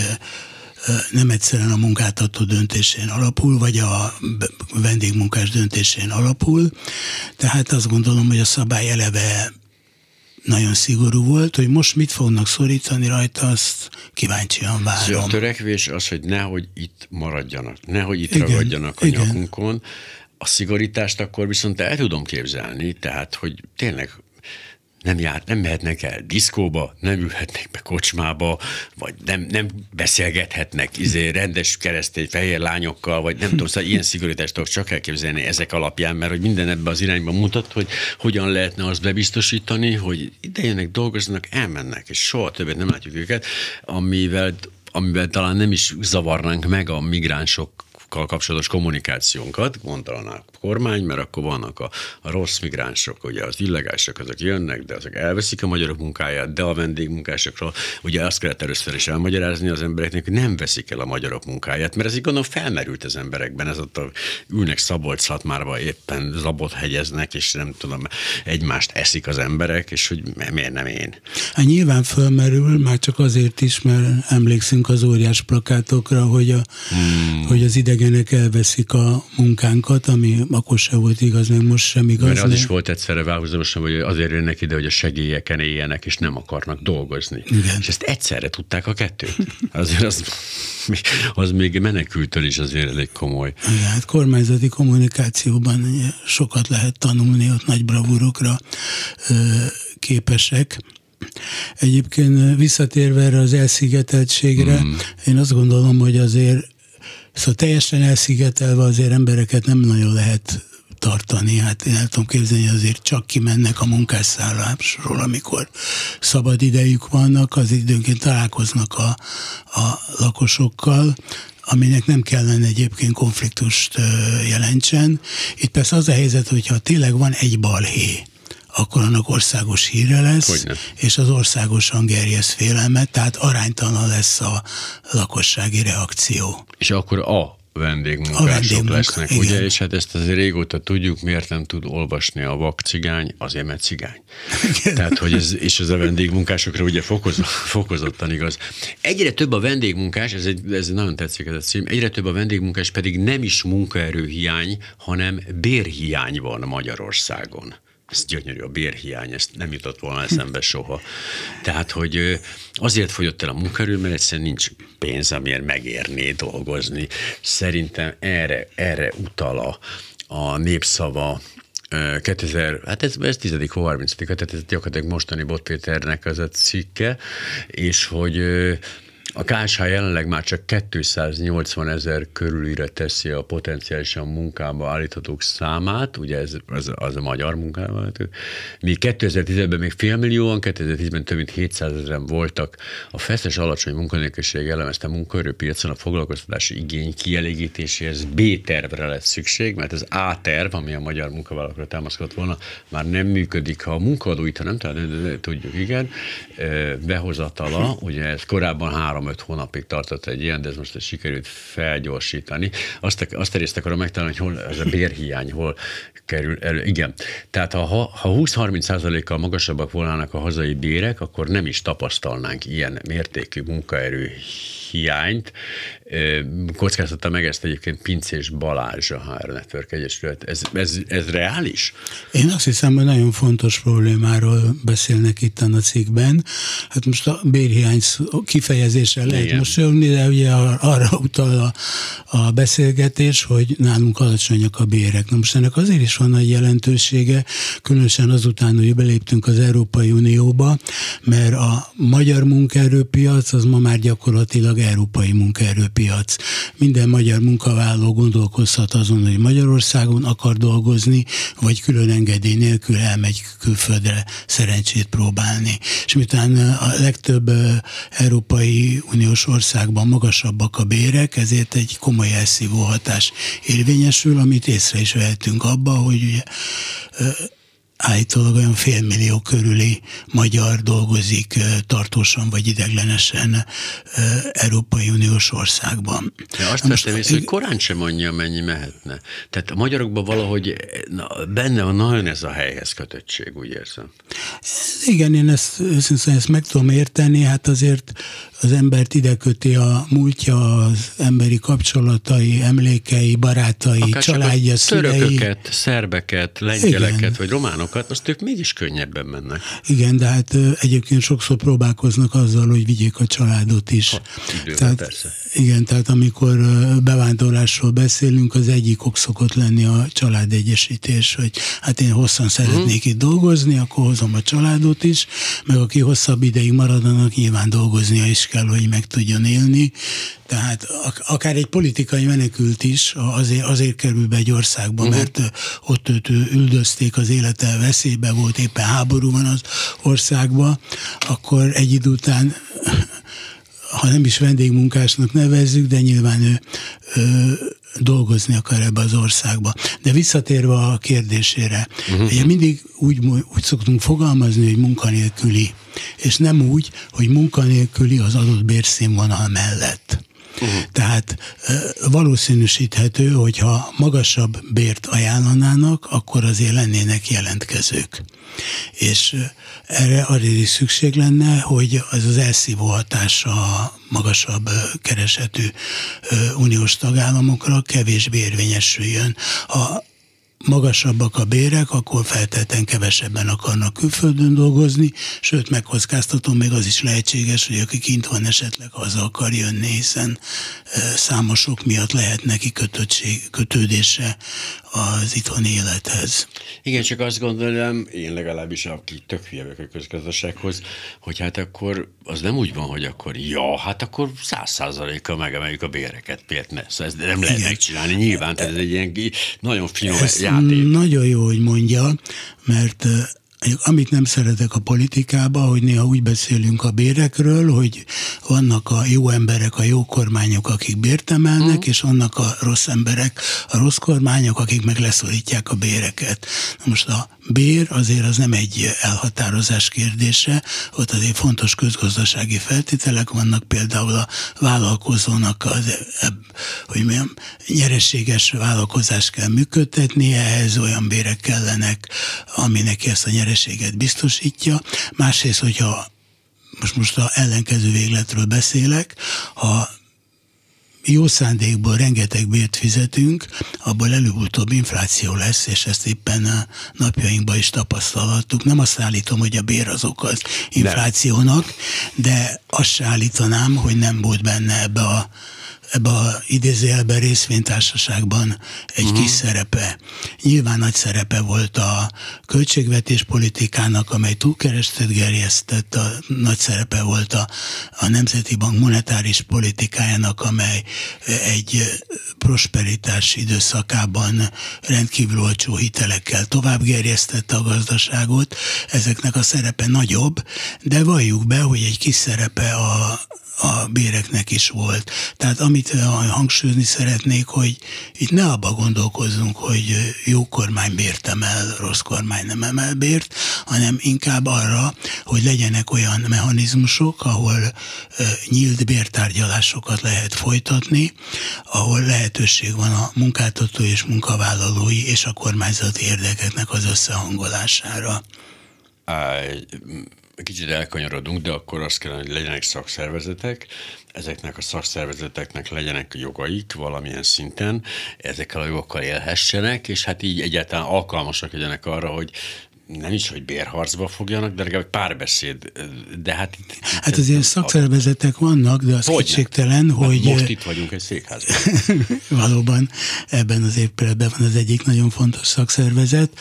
nem egyszerűen a munkáltató döntésén alapul, vagy a vendégmunkás döntésén alapul. Tehát azt gondolom, hogy a szabály eleve nagyon szigorú volt, hogy most mit fognak szorítani rajta, azt kíváncsian várom. A törekvés az, hogy nehogy itt maradjanak, nehogy itt igen, ragadjanak a igen. nyakunkon. A szigorítást akkor viszont el tudom képzelni, tehát, hogy tényleg nem, jár, nem mehetnek el diszkóba, nem ülhetnek be kocsmába, vagy nem, nem beszélgethetnek izé, rendes keresztény fehér lányokkal, vagy nem tudom, szóval ilyen szigorítást tudok csak elképzelni ezek alapján, mert hogy minden ebbe az irányba mutat, hogy hogyan lehetne azt bebiztosítani, hogy ide jönnek, dolgoznak, elmennek, és soha többet nem látjuk őket, amivel, amivel talán nem is zavarnánk meg a migránsok kapcsolatos kommunikációnkat, gondolná a kormány, mert akkor vannak a, a rossz migránsok, ugye az illegálisok, azok jönnek, de azok elveszik a magyarok munkáját, de a vendégmunkásokról, ugye azt kellett először is elmagyarázni az embereknek, hogy nem veszik el a magyarok munkáját, mert ez így gondolom felmerült az emberekben, ez ott a, ülnek Szabolcs-Szatmárba, éppen zabot hegyeznek, és nem tudom, egymást eszik az emberek, és hogy miért nem én? Hát nyilván felmerül, már csak azért is, mert emlékszünk az óriás plakátokra, hogy, a, hmm. hogy az idegenek elveszik a munkánkat, ami akkor se volt igaz, meg most sem igaz. Mert az is volt egyszerre változamosan, hogy azért jönnek ide, hogy a segélyeken éljenek, és nem akarnak dolgozni. Igen. És ezt egyszerre tudták a kettőt. Azért az, az még menekültől is azért elég komoly. Igen, hát kormányzati kommunikációban sokat lehet tanulni, ott nagy bravúrokra képesek. Egyébként visszatérve erre az elszigeteltségre, mm. én azt gondolom, hogy azért szóval teljesen elszigetelve azért embereket nem nagyon lehet tartani. Hát én el tudom képzelni, hogy azért csak kimennek a munkásszállásról, amikor szabad idejük vannak, az időnként találkoznak a, a lakosokkal, aminek nem kellene egyébként konfliktust jelentsen. Itt persze az a helyzet, hogyha tényleg van egy balhé, akkor annak országos híre lesz, Hogyne. és az országosan gerjeszt félelmet, tehát aránytalan lesz a lakossági reakció. És akkor a vendégmunkások a vendégmunka, lesznek, igen. ugye? És hát ezt azért régóta tudjuk, miért nem tud olvasni a vak cigány, azért, mert cigány. Igen. Tehát, hogy ez, és ez a vendégmunkásokra ugye fokozott, fokozottan igaz. Egyre több a vendégmunkás, ez egy, ez nagyon tetszik ez a cím, egyre több a vendégmunkás pedig nem is munkaerőhiány, hanem bérhiány van Magyarországon. Ez gyönyörű, a bérhiány, ezt nem jutott volna eszembe soha. Tehát, hogy azért fogyott el a munkaerő, mert egyszerűen nincs pénz, amiért megérné dolgozni. Szerintem erre, erre utal a, a Népszava kétezer, hát ez, ez tizedik hó harmincadika, tehát ez gyakorlatilag mostani Bot Péternek az a cikke, és hogy a ká es há jelenleg már csak kétszáznyolcvan ezer körülire teszi a potenciálisan munkába állíthatók számát, ugye ez az, az a magyar munkában. Míg kétezer-tízben még félmillióan, kétezer-tízben több mint hétszázezren voltak. A feszes alacsony munkanélküliség elemezte munkaerőpiacon a foglalkoztatási igény kielégítéséhez B-tervre lett szükség, mert az A-terv, ami a magyar munkavállalókra támaszkodott volna, már nem működik. Ha a munkaadó itt, ha nem tudjuk, igen, behozatala, ugye ez korábban három három-öt hónapig tartott egy ilyen, de ez most sikerült felgyorsítani. Azt, azt részt akarom megtalálni, hogy hol ez a bérhiány, hol kerül elő. Igen, tehát ha, ha húsz-harminc százalékkal magasabbak volnának a hazai bérek, akkor nem is tapasztalnánk ilyen mértékű munkaerő hiányt. Kockáztatta meg ezt egyébként Pincés Balázs, a há er Network Egyesület. Ez, ez, ez reális? Én azt hiszem, hogy nagyon fontos problémáról beszélnek itt a cikkben. Hát most a bérhiány kifejezéssel lehet Igen. most jönni, de ugye arra utal a, a beszélgetés, hogy nálunk alacsonyak a bérek. Na most ennek azért is van nagy jelentősége, különösen azután, hogy beléptünk az Európai Unióba, mert a magyar munkaerőpiac az ma már gyakorlatilag európai munkaerőpiac. Minden magyar munkavállaló gondolkozhat azon, hogy Magyarországon akar dolgozni, vagy külön engedély nélkül elmegy külföldre szerencsét próbálni. És miután a legtöbb Európai Uniós országban magasabbak a bérek, ezért egy komoly elszívó hatás érvényesül, amit észre is vehetünk abba, hogy ugye állítólag olyan félmillió körüli magyar dolgozik tartósan vagy ideglenesen Európai Uniós országban. De azt vettem észre, hogy korán sem mondja, mennyi mehetne. Tehát a magyarokban valahogy na, benne van nagyon ez a helyhez kötöttség, úgy érzem. Igen, én ezt, őszintén ezt meg tudom érteni, hát azért az embert ide köti a múltja, az emberi kapcsolatai, emlékei, barátai, akár családja, szülei. Törököket, szerbeket, lengyeleket, Igen. vagy románokat, azt ők mégis könnyebben mennek. Igen, de hát egyébként sokszor próbálkoznak azzal, hogy vigyék a családot is. Ha, időben, tehát, persze. Igen, tehát amikor bevándorlásról beszélünk, az egyik ok szokott lenni a családegyesítés, hogy hát én hosszan szeretnék hmm. itt dolgozni, akkor hozom a családot is, meg aki hosszabb ideig maradanak, nyilván dolgoznia is kell, hogy meg tudjon élni. Tehát akár egy politikai menekült is azért, azért kerül be egy országba, uh-huh. mert ott őt üldözték, az élete veszélybe volt, éppen háború van az országban, akkor egy idő után, ha nem is vendégmunkásnak nevezzük, de nyilván ő, ő dolgozni akar ebbe az országba. De visszatérve a kérdésére, uh-huh. ugye mindig úgy, úgy szoktunk fogalmazni, hogy munkanélküli, és nem úgy, hogy munkanélküli az adott bérszínvonal mellett. Uh-huh. Tehát valószínűsíthető, hogyha magasabb bért ajánlanának, akkor azért lennének jelentkezők. És erre azért is szükség lenne, hogy az az elszívó hatása a magasabb keresetű uniós tagállamokra kevésbé érvényesüljön. Ha magasabbak a bérek, akkor feltétlenül kevesebben akarnak külföldön dolgozni, sőt megkockáztatom, még az is lehetséges, hogy aki kint van, esetleg haza akar jönni, hiszen számosok miatt lehet neki kötöttség, kötődése az itthoni élethez. Igen, csak azt gondolom, én legalábbis, aki tök hülye vagyok a közgazdasághoz, hogy hát akkor az nem úgy van, hogy akkor ja, hát akkor száz százalékkal megemeljük a béreket, miért ne? Szóval ezt nem lehet Igen. megcsinálni, nyilván, tehát ez egy ilyen nagyon finom ez játék. Nagyon jó, hogy mondja, mert amit nem szeretek a politikában, hogy néha úgy beszélünk a bérekről, hogy vannak a jó emberek, a jó kormányok, akik bért emelnek, mm. és vannak a rossz emberek, a rossz kormányok, akik meg leszorítják a béreket. Na most a bér azért az nem egy elhatározás kérdése, ott azért fontos közgazdasági feltételek vannak, például a vállalkozónak az, hogy mondjam, nyereséges vállalkozást kell működtetni, ehhez olyan bérek kellenek, ami neki ezt a nyereséget biztosítja. Másrészt, hogyha most, most az ellenkező végletről beszélek, ha jó szándékból rengeteg bért fizetünk, abból előbb-utóbb infláció lesz, és ezt éppen a napjainkban is tapasztalhattuk. Nem azt állítom, hogy a bér az oka az inflációnak, de azt se állítanám, hogy nem volt benne ebbe a ebbe a idézőjelben részvénytársaságban egy uh-huh. kis szerepe. Nyilván nagy szerepe volt a költségvetés politikának, amely túlkerestet gerjesztett, a nagy szerepe volt a, a Nemzeti Bank monetáris politikájának, amely egy prosperitás időszakában rendkívül olcsó hitelekkel tovább gerjesztette a gazdaságot. Ezeknek a szerepe nagyobb, de valljuk be, hogy egy kis szerepe a a béreknek is volt. Tehát amit hangsúlyozni szeretnék, hogy itt ne abba gondolkozzunk, hogy jó kormány bért emel, rossz kormány nem emel bért, hanem inkább arra, hogy legyenek olyan mechanizmusok, ahol nyílt bértárgyalásokat lehet folytatni, ahol lehetőség van a munkáltató és munkavállalói és a kormányzati érdekeknek az összehangolására. Kicsit elkanyarodunk, de akkor azt kellene, hogy legyenek szakszervezetek, ezeknek a szakszervezeteknek legyenek jogaik valamilyen szinten, ezekkel a jogokkal élhessenek, és hát így egyáltalán alkalmasak legyenek arra, hogy nem is, hogy bérharcba fogjanak, de legalább párbeszéd. De hát, itt, hát az ilyen szakszervezetek vannak, de az kétségtelen, hogy... Most itt vagyunk egy székházban. Valóban ebben az évperben van az egyik nagyon fontos szakszervezet.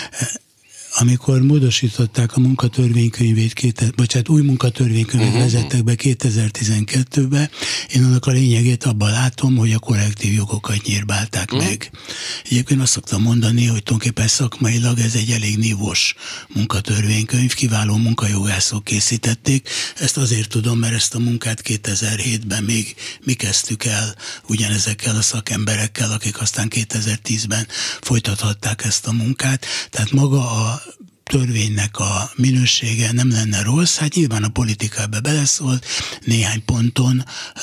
Amikor módosították a munkatörvénykönyvét, két, bocsánat, új munkatörvénykönyvet uh-huh. vezettek be kétezer-tizenkettőbe, én annak a lényegét abban látom, hogy a kollektív jogokat nyírbálták uh-huh. meg. Egyébként azt szoktam mondani, hogy tulajdonképpen szakmailag ez egy elég nívós munkatörvénykönyv, kiváló munkajogászok készítették. Ezt azért tudom, mert ezt a munkát kétezer-hétben még mi kezdtük el ugyanezekkel a szakemberekkel, akik aztán kétezer-tízben folytathatták ezt a munkát. Tehát maga a törvénynek a minősége nem lenne rossz, hát nyilván a politikába beleszólt, néhány ponton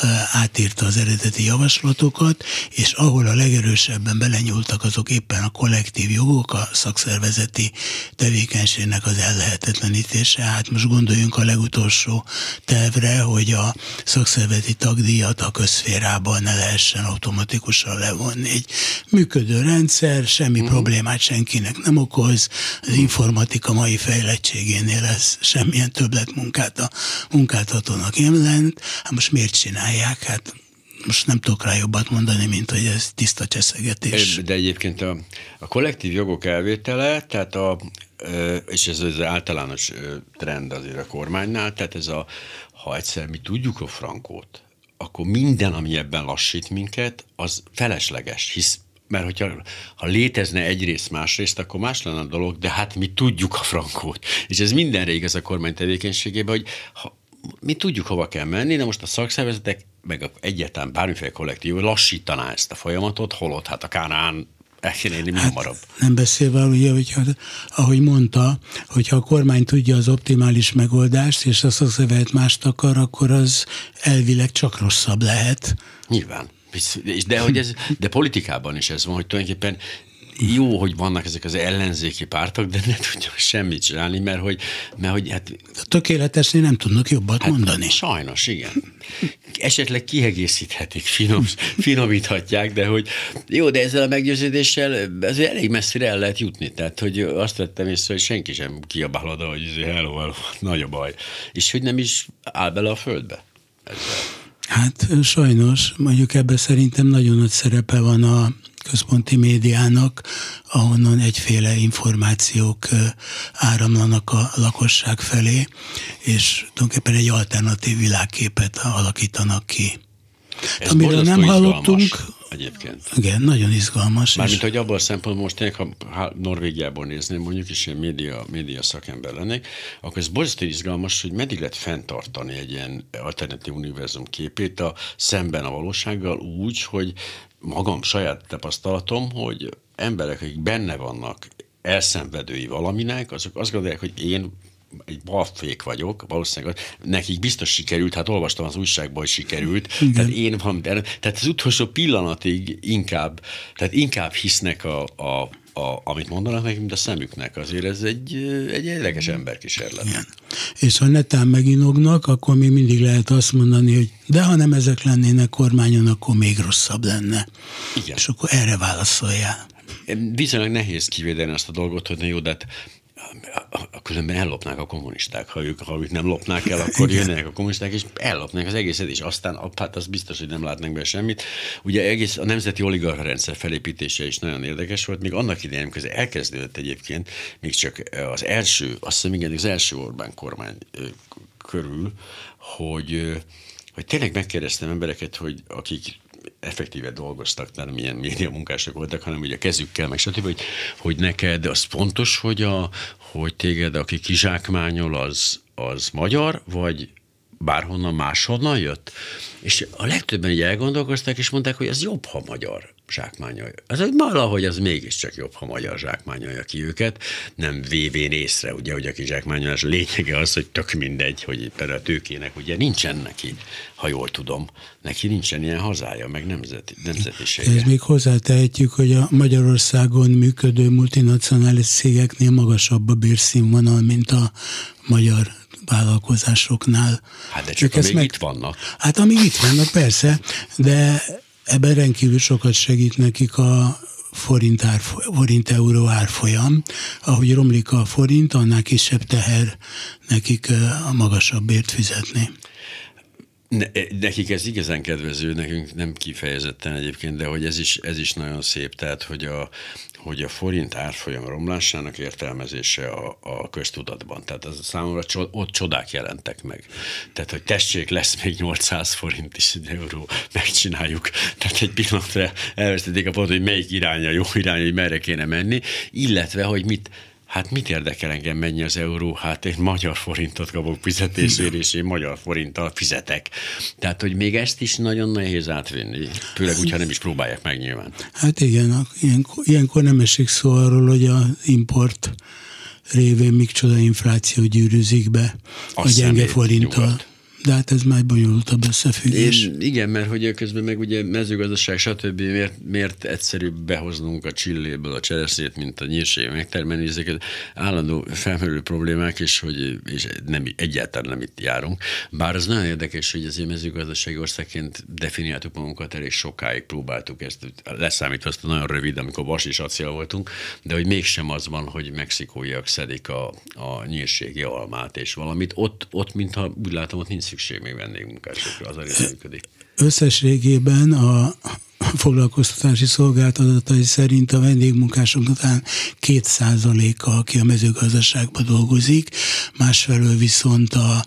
átírta az eredeti javaslatokat, és ahol a legerősebben belenyúltak, azok éppen a kollektív jogok, a szakszervezeti tevékenységnek az ellehetetlenítése. Hát most gondoljunk a legutolsó tervre, hogy a szakszervezeti tagdíjat a közszférában ne lehessen automatikusan levonni. Egy működő rendszer, semmi mm. problémát senkinek nem okoz, az informatikai a mai fejlettségénél ez semmilyen többletmunkát a munkáltatónak jelent. Hát most miért csinálják? Hát most nem tudok rá jobbat mondani, mint hogy ez tiszta cseszegetés. De egyébként a, a kollektív jogok elvétele, tehát a, és ez az általános trend azért a kormánynál, tehát ez a, ha egyszer mi tudjuk a frankót, akkor minden, ami ebben lassít minket, az felesleges, hisz mert hogyha ha létezne egyrészt, másrészt, akkor más lenne a dolog, de hát mi tudjuk a frankót. És ez mindenre igaz a kormány tevékenységében, hogy ha, mi tudjuk, hova kell menni, de most a szakszervezetek, meg egyáltalán bármiféle kollektív lassítaná ezt a folyamatot, holott hát a Kánaán el kéne érni hát hamarabb. Nem beszélve, ugye, hogyha, ahogy mondta, hogyha a kormány tudja az optimális megoldást, és a szakszervezet mást akar, akkor az elvileg csak rosszabb lehet. Nyilván. De, hogy ez, de politikában is ez van, hogy tulajdonképpen jó, hogy vannak ezek az ellenzéki pártok, de ne tudják semmit csinálni, mert hogy, mert hogy hát... Tökéletesni nem tudnak jobbat hát mondani. Sajnos, igen. Esetleg kiegészíthetik, finom, finomíthatják, de hogy jó, de ezzel a meggyőződéssel azért elég messzire el lehet jutni. Tehát, hogy azt vettem észre, hogy senki sem kiabál oda, hogy hello, hello, nagy a baj. És hogy nem is áll bele a földbe ezzel. Hát sajnos, mondjuk ebben szerintem nagyon nagy szerepe van a központi médiának, ahonnan egyféle információk áramlanak a lakosság felé, és tulajdonképpen egy alternatív világképet alakítanak ki. Ez amiről nem hallottunk. Egyébként. Igen, nagyon izgalmas. Mármint, hogy abban a szempontból most tényleg, ha Norvégiából nézném, mondjuk is ilyen média, média szakember lennék, akkor ez borzasztó izgalmas, hogy meddig lehet fenntartani egy ilyen alternatív univerzum képét a szemben a valósággal úgy, hogy magam saját tapasztalatom, hogy emberek, akik benne vannak elszenvedői valaminek, azok azt gondolják, hogy én egy balfék vagyok, valószínűleg nekik biztos sikerült, hát olvastam az újságban, hogy sikerült, igen. Tehát én van, tehát az utolsó pillanatig inkább, tehát inkább hisznek a, a, a, amit mondanak nekik, mint a szemüknek. Azért ez egy, egy érdekes emberkísérlet. Igen. És ha netán meginognak, akkor még mindig lehet azt mondani, hogy de ha nem ezek lennének kormányon, akkor még rosszabb lenne. Igen. És akkor erre válaszoljál. Viszonylag nehéz kivédeni azt a dolgot, hogy na jó, de hát különben ellopnák a kommunisták. Ha ők, ha ők nem lopnák el, akkor jönnek a kommunisták, és ellopnák az egészet, és aztán hát az biztos, hogy nem látnak be semmit. Ugye egész a nemzeti oligarcha rendszer felépítése is nagyon érdekes volt, még annak idején, amikor elkezdődött egyébként, még csak az első, azt hiszem igen, az első Orbán kormány körül, hogy, hogy tényleg megkérdeztem embereket, hogy akik effektíve dolgoztak, nem milyen média munkások voltak, hanem ugye a kezükkel, meg stb., hogy, hogy neked az fontos, hogy, a, hogy téged, aki kizsákmányol, az, az magyar, vagy, bárhonnan máshonnan jött? És a legtöbben így elgondolkoztak, és mondták, hogy ez jobb, ha magyar zsákmányolja. Az, hogy valahogy az mégiscsak jobb, ha magyar zsákmányolja ki őket, nem vévén észre, ugye, hogy a kizsákmányolás lényege az, hogy tök mindegy, hogy például a tőkének ugye nincsen neki, ha jól tudom, neki nincsen ilyen hazája, meg nemzeti, nemzetisége. Ez még hozzátehetjük, hogy a Magyarországon működő multinacionális cégeknél magasabb a bérszínvonal, mint a magyar vállalkozásoknál. Hát de csak amíg meg... itt vannak. Hát amíg itt vannak, persze, de ebben rendkívül sokat segít nekik a forint, árfoly, forint euró árfolyam. Ahogy romlik a forint, annál kisebb teher nekik a magasabb bért fizetni. Ne, nekik ez igazán kedvező, nekünk nem kifejezetten egyébként, de hogy ez is, ez is nagyon szép, tehát hogy a, hogy a forint árfolyam romlásának értelmezése a, a köztudatban. Tehát az számomra ott csodák jelentek meg. Tehát, hogy tessék, lesz még nyolcszáz forint is euró, megcsináljuk. Tehát egy pillanatra elvesztették a pont, hogy melyik irány a jó irány, hogy merre kéne menni, illetve, hogy mit Hát mit érdekel engem, mennyi az euró? Hát én magyar forintot kapok fizetésért, és én magyar forinttal fizetek. Tehát, hogy még ezt is nagyon nehéz átvinni. Főleg úgy, ha nem is próbálják meg nyilván. Hát igen, ilyenkor, ilyenkor nem esik szó arról, hogy az import révén micsoda infláció gyűrűzik be a gyenge forinttal. Nyugat. De hát ez már bonyolultabb összefüggés. Én, igen, mert hogy közben meg ugye mezőgazdaság, stb. Miért, miért egyszerűbb behoznunk a csilléből a cseresznyét, mint a nyírség megtermelni, ezeket állandó felmerülő problémák, és hogy és nem, egyáltalán nem itt járunk. Bár az nagyon érdekes, hogy azért mezőgazdasági országként definiáltuk magunkat, elég sokáig próbáltuk ezt, leszámítva azt a nagyon rövid, amikor vas és acél voltunk, de hogy mégsem az van, hogy mexikóiak szedik a, a nyírségi almát, és valamit. Ott, ott mintha úgy látom, ott nincs szükség még vendégmunkásokra, az a része működik. Összességében a foglalkoztatási szolgálat adatai szerint a vendégmunkásoknak talán két százaléka, aki a mezőgazdaságban dolgozik, másfelől viszont a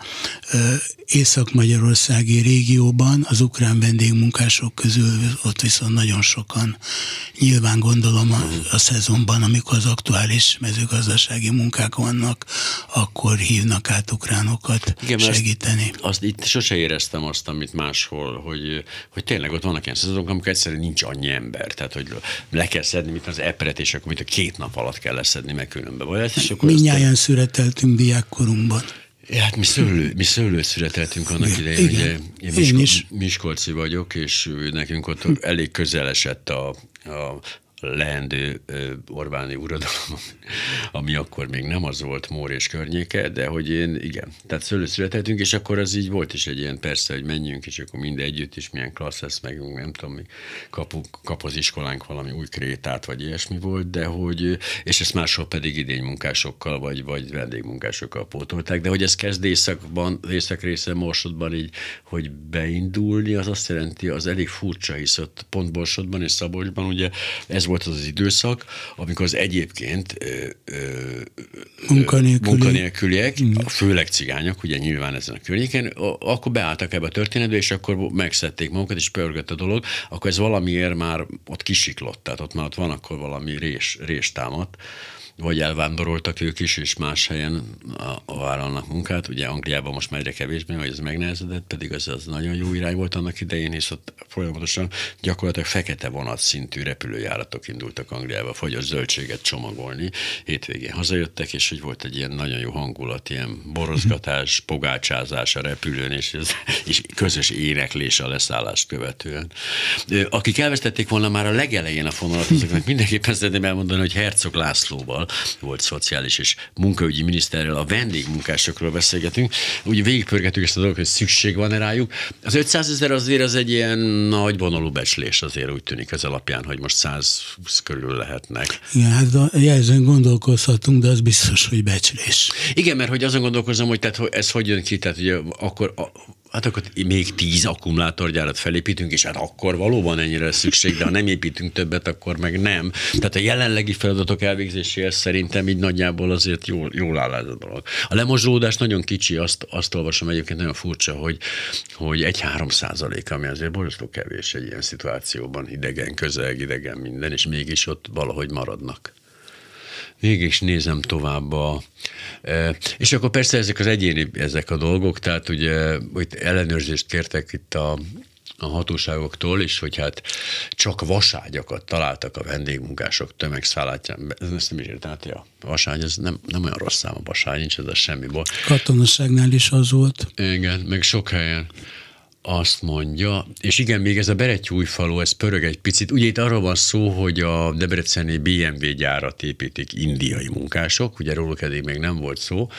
észak-magyarországi régióban az ukrán vendégmunkások közül ott viszont nagyon sokan. Nyilván gondolom a, a szezonban, amikor az aktuális mezőgazdasági munkák vannak, akkor hívnak át ukránokat. Igen, segíteni. Azt, azt itt sose éreztem azt, amit máshol, hogy, hogy tényleg ott vannak ilyen szezonok, amikor egyszerűen nincs annyi ember. Tehát, hogy le kell szedni, mint az epret, és akkor mint a két nap alatt kell leszedni, meg különben. Vagy mindnyájan ezt... születeltünk diákkorunkban. Ja, hát mi, szőlő, mi szőlőt születeltünk annak idején, igen, ugye én, Miskol, is. Miskolci vagyok, és nekünk ott elég közel esett a, a leendő Orbáni uradalom, ami akkor még nem az volt, Mór és környéke, de hogy én, igen, tehát szőlőt születeltünk, és akkor az így volt is egy ilyen, persze, hogy menjünk, és akkor mind együtt is, milyen klassz lesz, meg nem tudom, mi kapu, kap az iskolánk valami új krétát, vagy ilyesmi volt, de hogy, és ezt máshol pedig idénymunkásokkal, vagy, vagy vendégmunkásokkal pótolták, de hogy ez kezd északban, észak része Borsodban így, hogy beindulni, az azt jelenti, az elég furcsa, hisz ott pont Borsodban és Szabolcsban ugye ez volt az az időszak, amikor az egyébként ö, ö, munkanélküli. munkanélküliek, főleg cigányok, ugye nyilván ezen a környéken, akkor beálltak ebbe a történetbe, és akkor megszedték magukat, és pörgött a dolog, akkor ez valamiért már ott kisiklott, tehát ott már ott van akkor valami rés, rés támadt, vagy elvándoroltak ők is, és más helyen vállalnak munkát. Ugye Angliában most már egyre kevésbé, vagy ez megnehezedett, pedig az, az nagyon jó irány volt annak idején, hisz ott folyamatosan gyakorlatilag fekete vonat szintű repülőjáratok indultak Angliába, hogy a zöldséget csomagolni. Hétvégén hazajöttek, és hogy volt egy ilyen nagyon jó hangulat, ilyen borozgatás, pogácsázás a repülőn, és, ez, és közös éneklés a leszállást követően. Akik elvesztették volna már a legelején a fonalat, azoknak mindenképpen szeretném elmondani, hogy Herzog Lászlóval volt szociális és munkaügyi miniszterrel, a vendégmunkásokról beszélgetünk. Úgy végigpörgetünk ezt a dolgot, hogy szükség van-e rájuk. Az ötszázezer azért az egy ilyen nagy vonalú becslés, azért úgy tűnik az alapján, hogy most százhúsz körül lehetnek. Igen, hát a jelzőn gondolkozhatunk, de az biztos, hogy becslés. Igen, mert hogy azon gondolkozom, hogy tehát, ez hogy jön ki, tehát ugye akkor a, hát akkor még tíz akkumulátorgyárat felépítünk, és hát akkor valóban ennyire szükség, de ha nem építünk többet, akkor meg nem. Tehát a jelenlegi feladatok elvégzéséhez szerintem így nagyjából azért jól, jól áll ez a dolog. A lemozsolódás nagyon kicsi, azt, azt olvasom egyébként nagyon furcsa, hogy, hogy egy-három százalék, ami azért borzasztó kevés egy ilyen szituációban, idegen közeg, idegen minden, és mégis ott valahogy maradnak. Mégis nézem tovább a... És akkor persze ezek az egyéni, ezek a dolgok, tehát ugye hogy ellenőrzést kértek itt a, a hatóságoktól, és hogy hát csak vaságyakat találtak a vendégmunkások tömegszállátján. Ezt nem is értem, hát ja, vaságy, ez nem, nem olyan rossz szám a vaságy, nincs ez a semmiból. Katonaságnál is az volt. Igen, meg sok helyen. Azt mondja, és igen, még ez a Berettyújfalu, ez pörög egy picit. Ugye itt arról van szó, hogy a debreceni bé em vé gyárat építik indiai munkások, ugye róluk eddig még nem volt szó.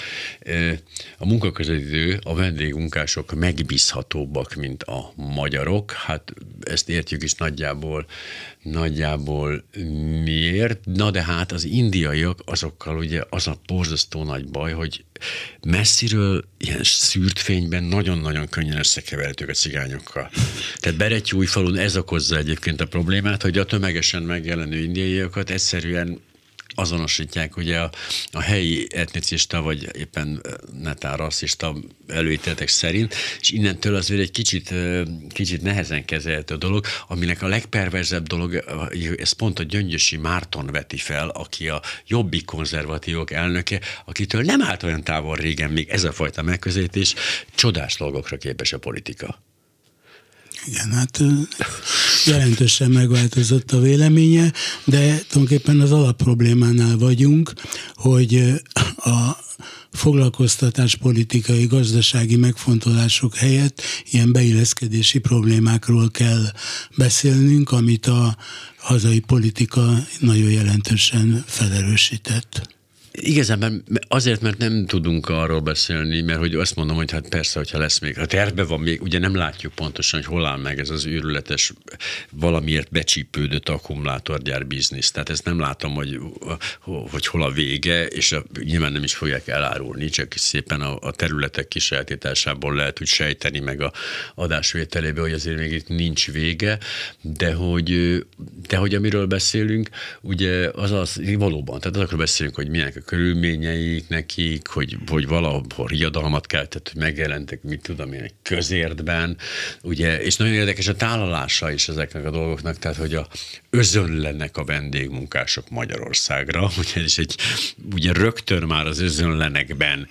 A munkaközvetítő, a vendégmunkások megbízhatóbbak, mint a magyarok. Hát ezt értjük is nagyjából, nagyjából miért. Na de hát az indiaiak, azokkal ugye az a borzasztó nagy baj, hogy messziről ilyen szűrt fényben nagyon-nagyon könnyen összekeverhetők a cigányokkal. Tehát Berettyújfalun ez okozza egyébként a problémát, hogy a tömegesen megjelenő indiaiakat egyszerűen azonosítják ugye a, a helyi etnicista, vagy éppen netán rasszista előítéletek szerint, és innentől azért egy kicsit, kicsit nehezen kezelhető a dolog, aminek a legperverzebb dolog, ez pont a Gyöngyösi Márton veti fel, aki a Jobbik konzervatívok elnöke, akitől nem állt olyan távol régen még ez a fajta megközelítés, csodás dolgokra képes a politika. Igen, hát jelentősen megváltozott a véleménye, de tulajdonképpen az alapproblémánál vagyunk, hogy a foglalkoztatáspolitikai, gazdasági megfontolások helyett ilyen beilleszkedési problémákról kell beszélnünk, amit a hazai politika nagyon jelentősen felerősített. Igazán azért, mert nem tudunk arról beszélni, mert hogy azt mondom, hogy hát persze, hogyha lesz még, ha tervben van még, ugye nem látjuk pontosan, hogy hol áll meg ez az őrületes, valamiért becsípődött akkumulátorgyár biznisz. Tehát ezt nem látom, hogy, hogy hol a vége, és a, nyilván nem is fogják elárulni, csak szépen a, a területek kisajátításából lehet úgy sejteni, meg a adásvételébe, hogy azért még itt nincs vége, de hogy, de hogy amiről beszélünk, ugye az az, valóban, tehát azokról beszélünk, hogy milyenek a körülményeik nekik, hogy, hogy valahol riadalmat keltett, hogy megjelentek, mit tudom én, egy közértben, ugye, és nagyon érdekes a tálalása is ezeknek a dolgoknak, tehát, hogy a, özönlenek a vendégmunkások Magyarországra, ugye, és egy, ugye rögtön már az özönlenekben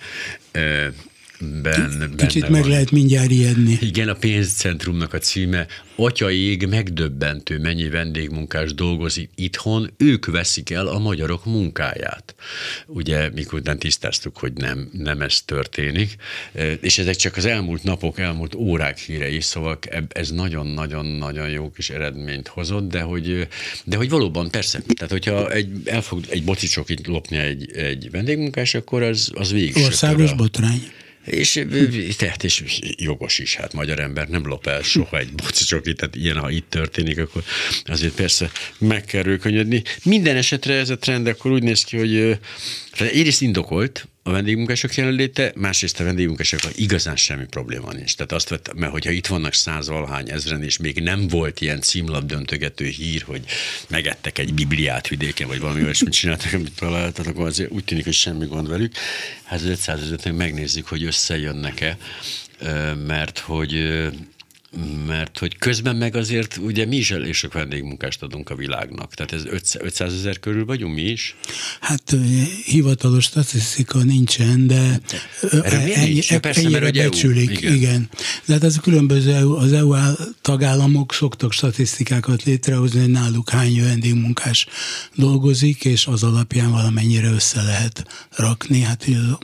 Ben, Kicsit meg van. Lehet mindjárt ijedni. Igen, a pénzcentrumnak a címe Atya ég, megdöbbentő, mennyi vendégmunkás dolgozik itthon, ők veszik el a magyarok munkáját. Ugye, mikor nem tisztáztuk, hogy nem, nem ez történik, és ezek csak az elmúlt napok, elmúlt órák hírei, szóval ez nagyon-nagyon-nagyon jó kis eredményt hozott, de hogy, de hogy valóban persze, tehát hogyha egy, elfog egy bocicsokit lopni egy, egy vendégmunkás, akkor az, az végig országos botrány. És, tehát, és jogos is, hát magyar ember nem lop el soha egy bocicsokit, tehát ilyen, ha itt történik, akkor azért persze meg kell rőkönyödni. Minden esetre ez a trend akkor úgy néz ki, hogy egyrészt indokolt a vendégmunkások jelenléte, másrészt a vendégmunkásokkal igazán semmi probléma nincs. Tehát azt vett, mert hogyha itt vannak százvalahány ezren, és még nem volt ilyen címlapdöntögető hír, hogy megettek egy bibliát vidéken, vagy valami olyasmit csináltak, amit találtak, akkor azért úgy tűnik, hogy semmi gond velük. Hát az ötszázezret megnézzük, hogy összejönnek-e, mert hogy mert hogy közben meg azért ugye mi is elég sok vendégmunkást adunk a világnak. Tehát ez ötszázezer körül vagyunk mi is? Hát hivatalos statisztika nincsen, de ennyi, ennyire becsülik. Igen. igen. De hát az különböző az é u tagállamok szoktak statisztikákat létrehozni, hogy náluk hány vendégmunkás dolgozik, és az alapján valamennyire össze lehet rakni. Hát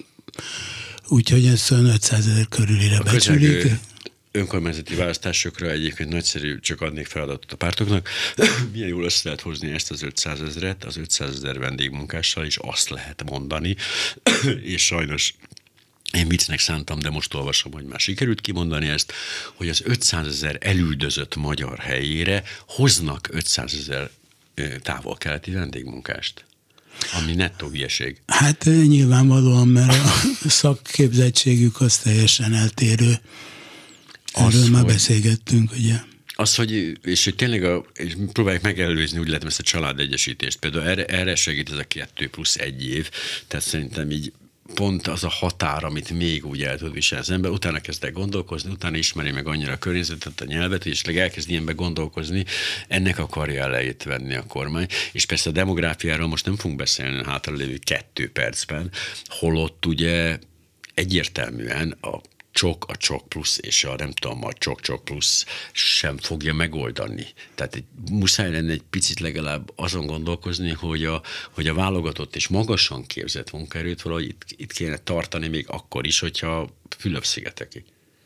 úgyhogy ez ötszázezer körülire becsülik. Önkormányzati választásokra egyébként nagyszerű, csak adnék feladatot a pártoknak. Milyen jól össze lehet hozni ezt az ötszázezret, az ötszázezer vendégmunkással, és azt lehet mondani, és sajnos én viccnek szántam, de most olvasom, hogy már sikerült kimondani ezt, hogy az ötszázezer elüldözött magyar helyére hoznak ötszázezer távol-keleti vendégmunkást. Ami nettó hülyeség. Hát nyilvánvalóan, mert a szakképzettségük az teljesen eltérő. Erről az, már beszélgettünk, ugye? Az, hogy, és hogy tényleg a, és próbáljuk megelőzni, úgy lehetem ezt a családegyesítést. Például erre, erre segít ez a kettő plusz egy év, tehát szerintem így pont az a határ, amit még úgy el tud viselni az ember, utána kezd el gondolkozni, utána ismeri meg annyira a környezetet, a nyelvet, és elkezd ilyenbe gondolkozni, ennek akarja elejét venni a kormány. És persze a demográfiáról most nem fogunk beszélni a hátralévő kettő percben, holott ugye egyértelműen a csok, a csok plusz és a nem tudom, a csok-csok plusz sem fogja megoldani. Tehát egy, muszáj lenne egy picit legalább azon gondolkozni, hogy a, hogy a válogatott és magasan képzett munkaerőt valahogy itt, itt kéne tartani még akkor is, hogyha Fülöp-szigetekig.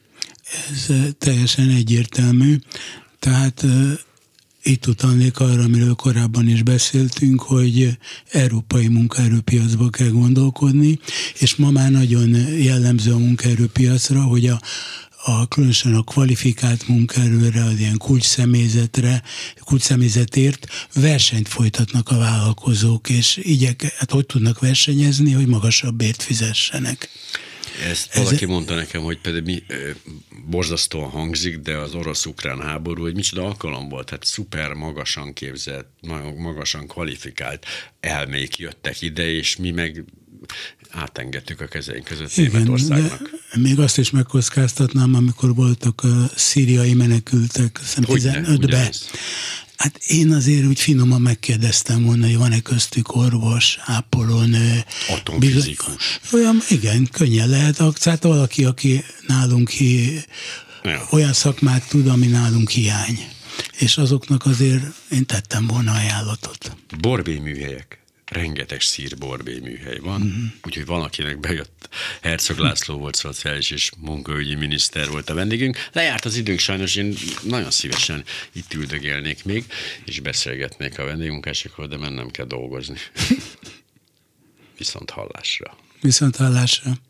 Ez teljesen egyértelmű. Tehát itt utalnék arra, amiről korábban is beszéltünk, hogy európai munkaerőpiacba kell gondolkodni, és ma már nagyon jellemző a munkaerőpiacra, hogy a, a különösen a kvalifikált munkaerőre, az ilyen kulcsszemélyzetre, kulcsszemélyzetért versenyt folytatnak a vállalkozók, és igyek, hát hogy tudnak versenyezni, hogy magasabb bért fizessenek. Ezt valaki Ez... mondta nekem, hogy például mi, borzasztóan hangzik, de az orosz-ukrán háború, hogy micsoda alkalom volt, tehát szuper magasan képzett, magasan kvalifikált elmék jöttek ide, és mi meg átengedtük a kezeink között Németországnak. Még azt is megkockáztatnám, amikor voltak a szíriai menekültek, hiszem tizenötben. Hát én azért úgy finoman megkérdeztem volna, hogy van-e köztük orvos, ápolónő. Atomfizikus. Olyan, igen, könnyen lehet. Tehát valaki, aki nálunk hi, ja. olyan szakmát tud, ami nálunk hiány. És azoknak azért én tettem volna ajánlatot. Borbély-műhelyek. Rengeteg szír borbély műhely van, uh-huh. úgyhogy valakinek bejött, Herzog László volt szociális és munkaügyi miniszter volt a vendégünk. Lejárt az időnk sajnos, én nagyon szívesen itt üldögélnék még, és beszélgetnék a vendégmunkásokkal, de mennem kell dolgozni. Viszont hallásra. Viszont hallásra.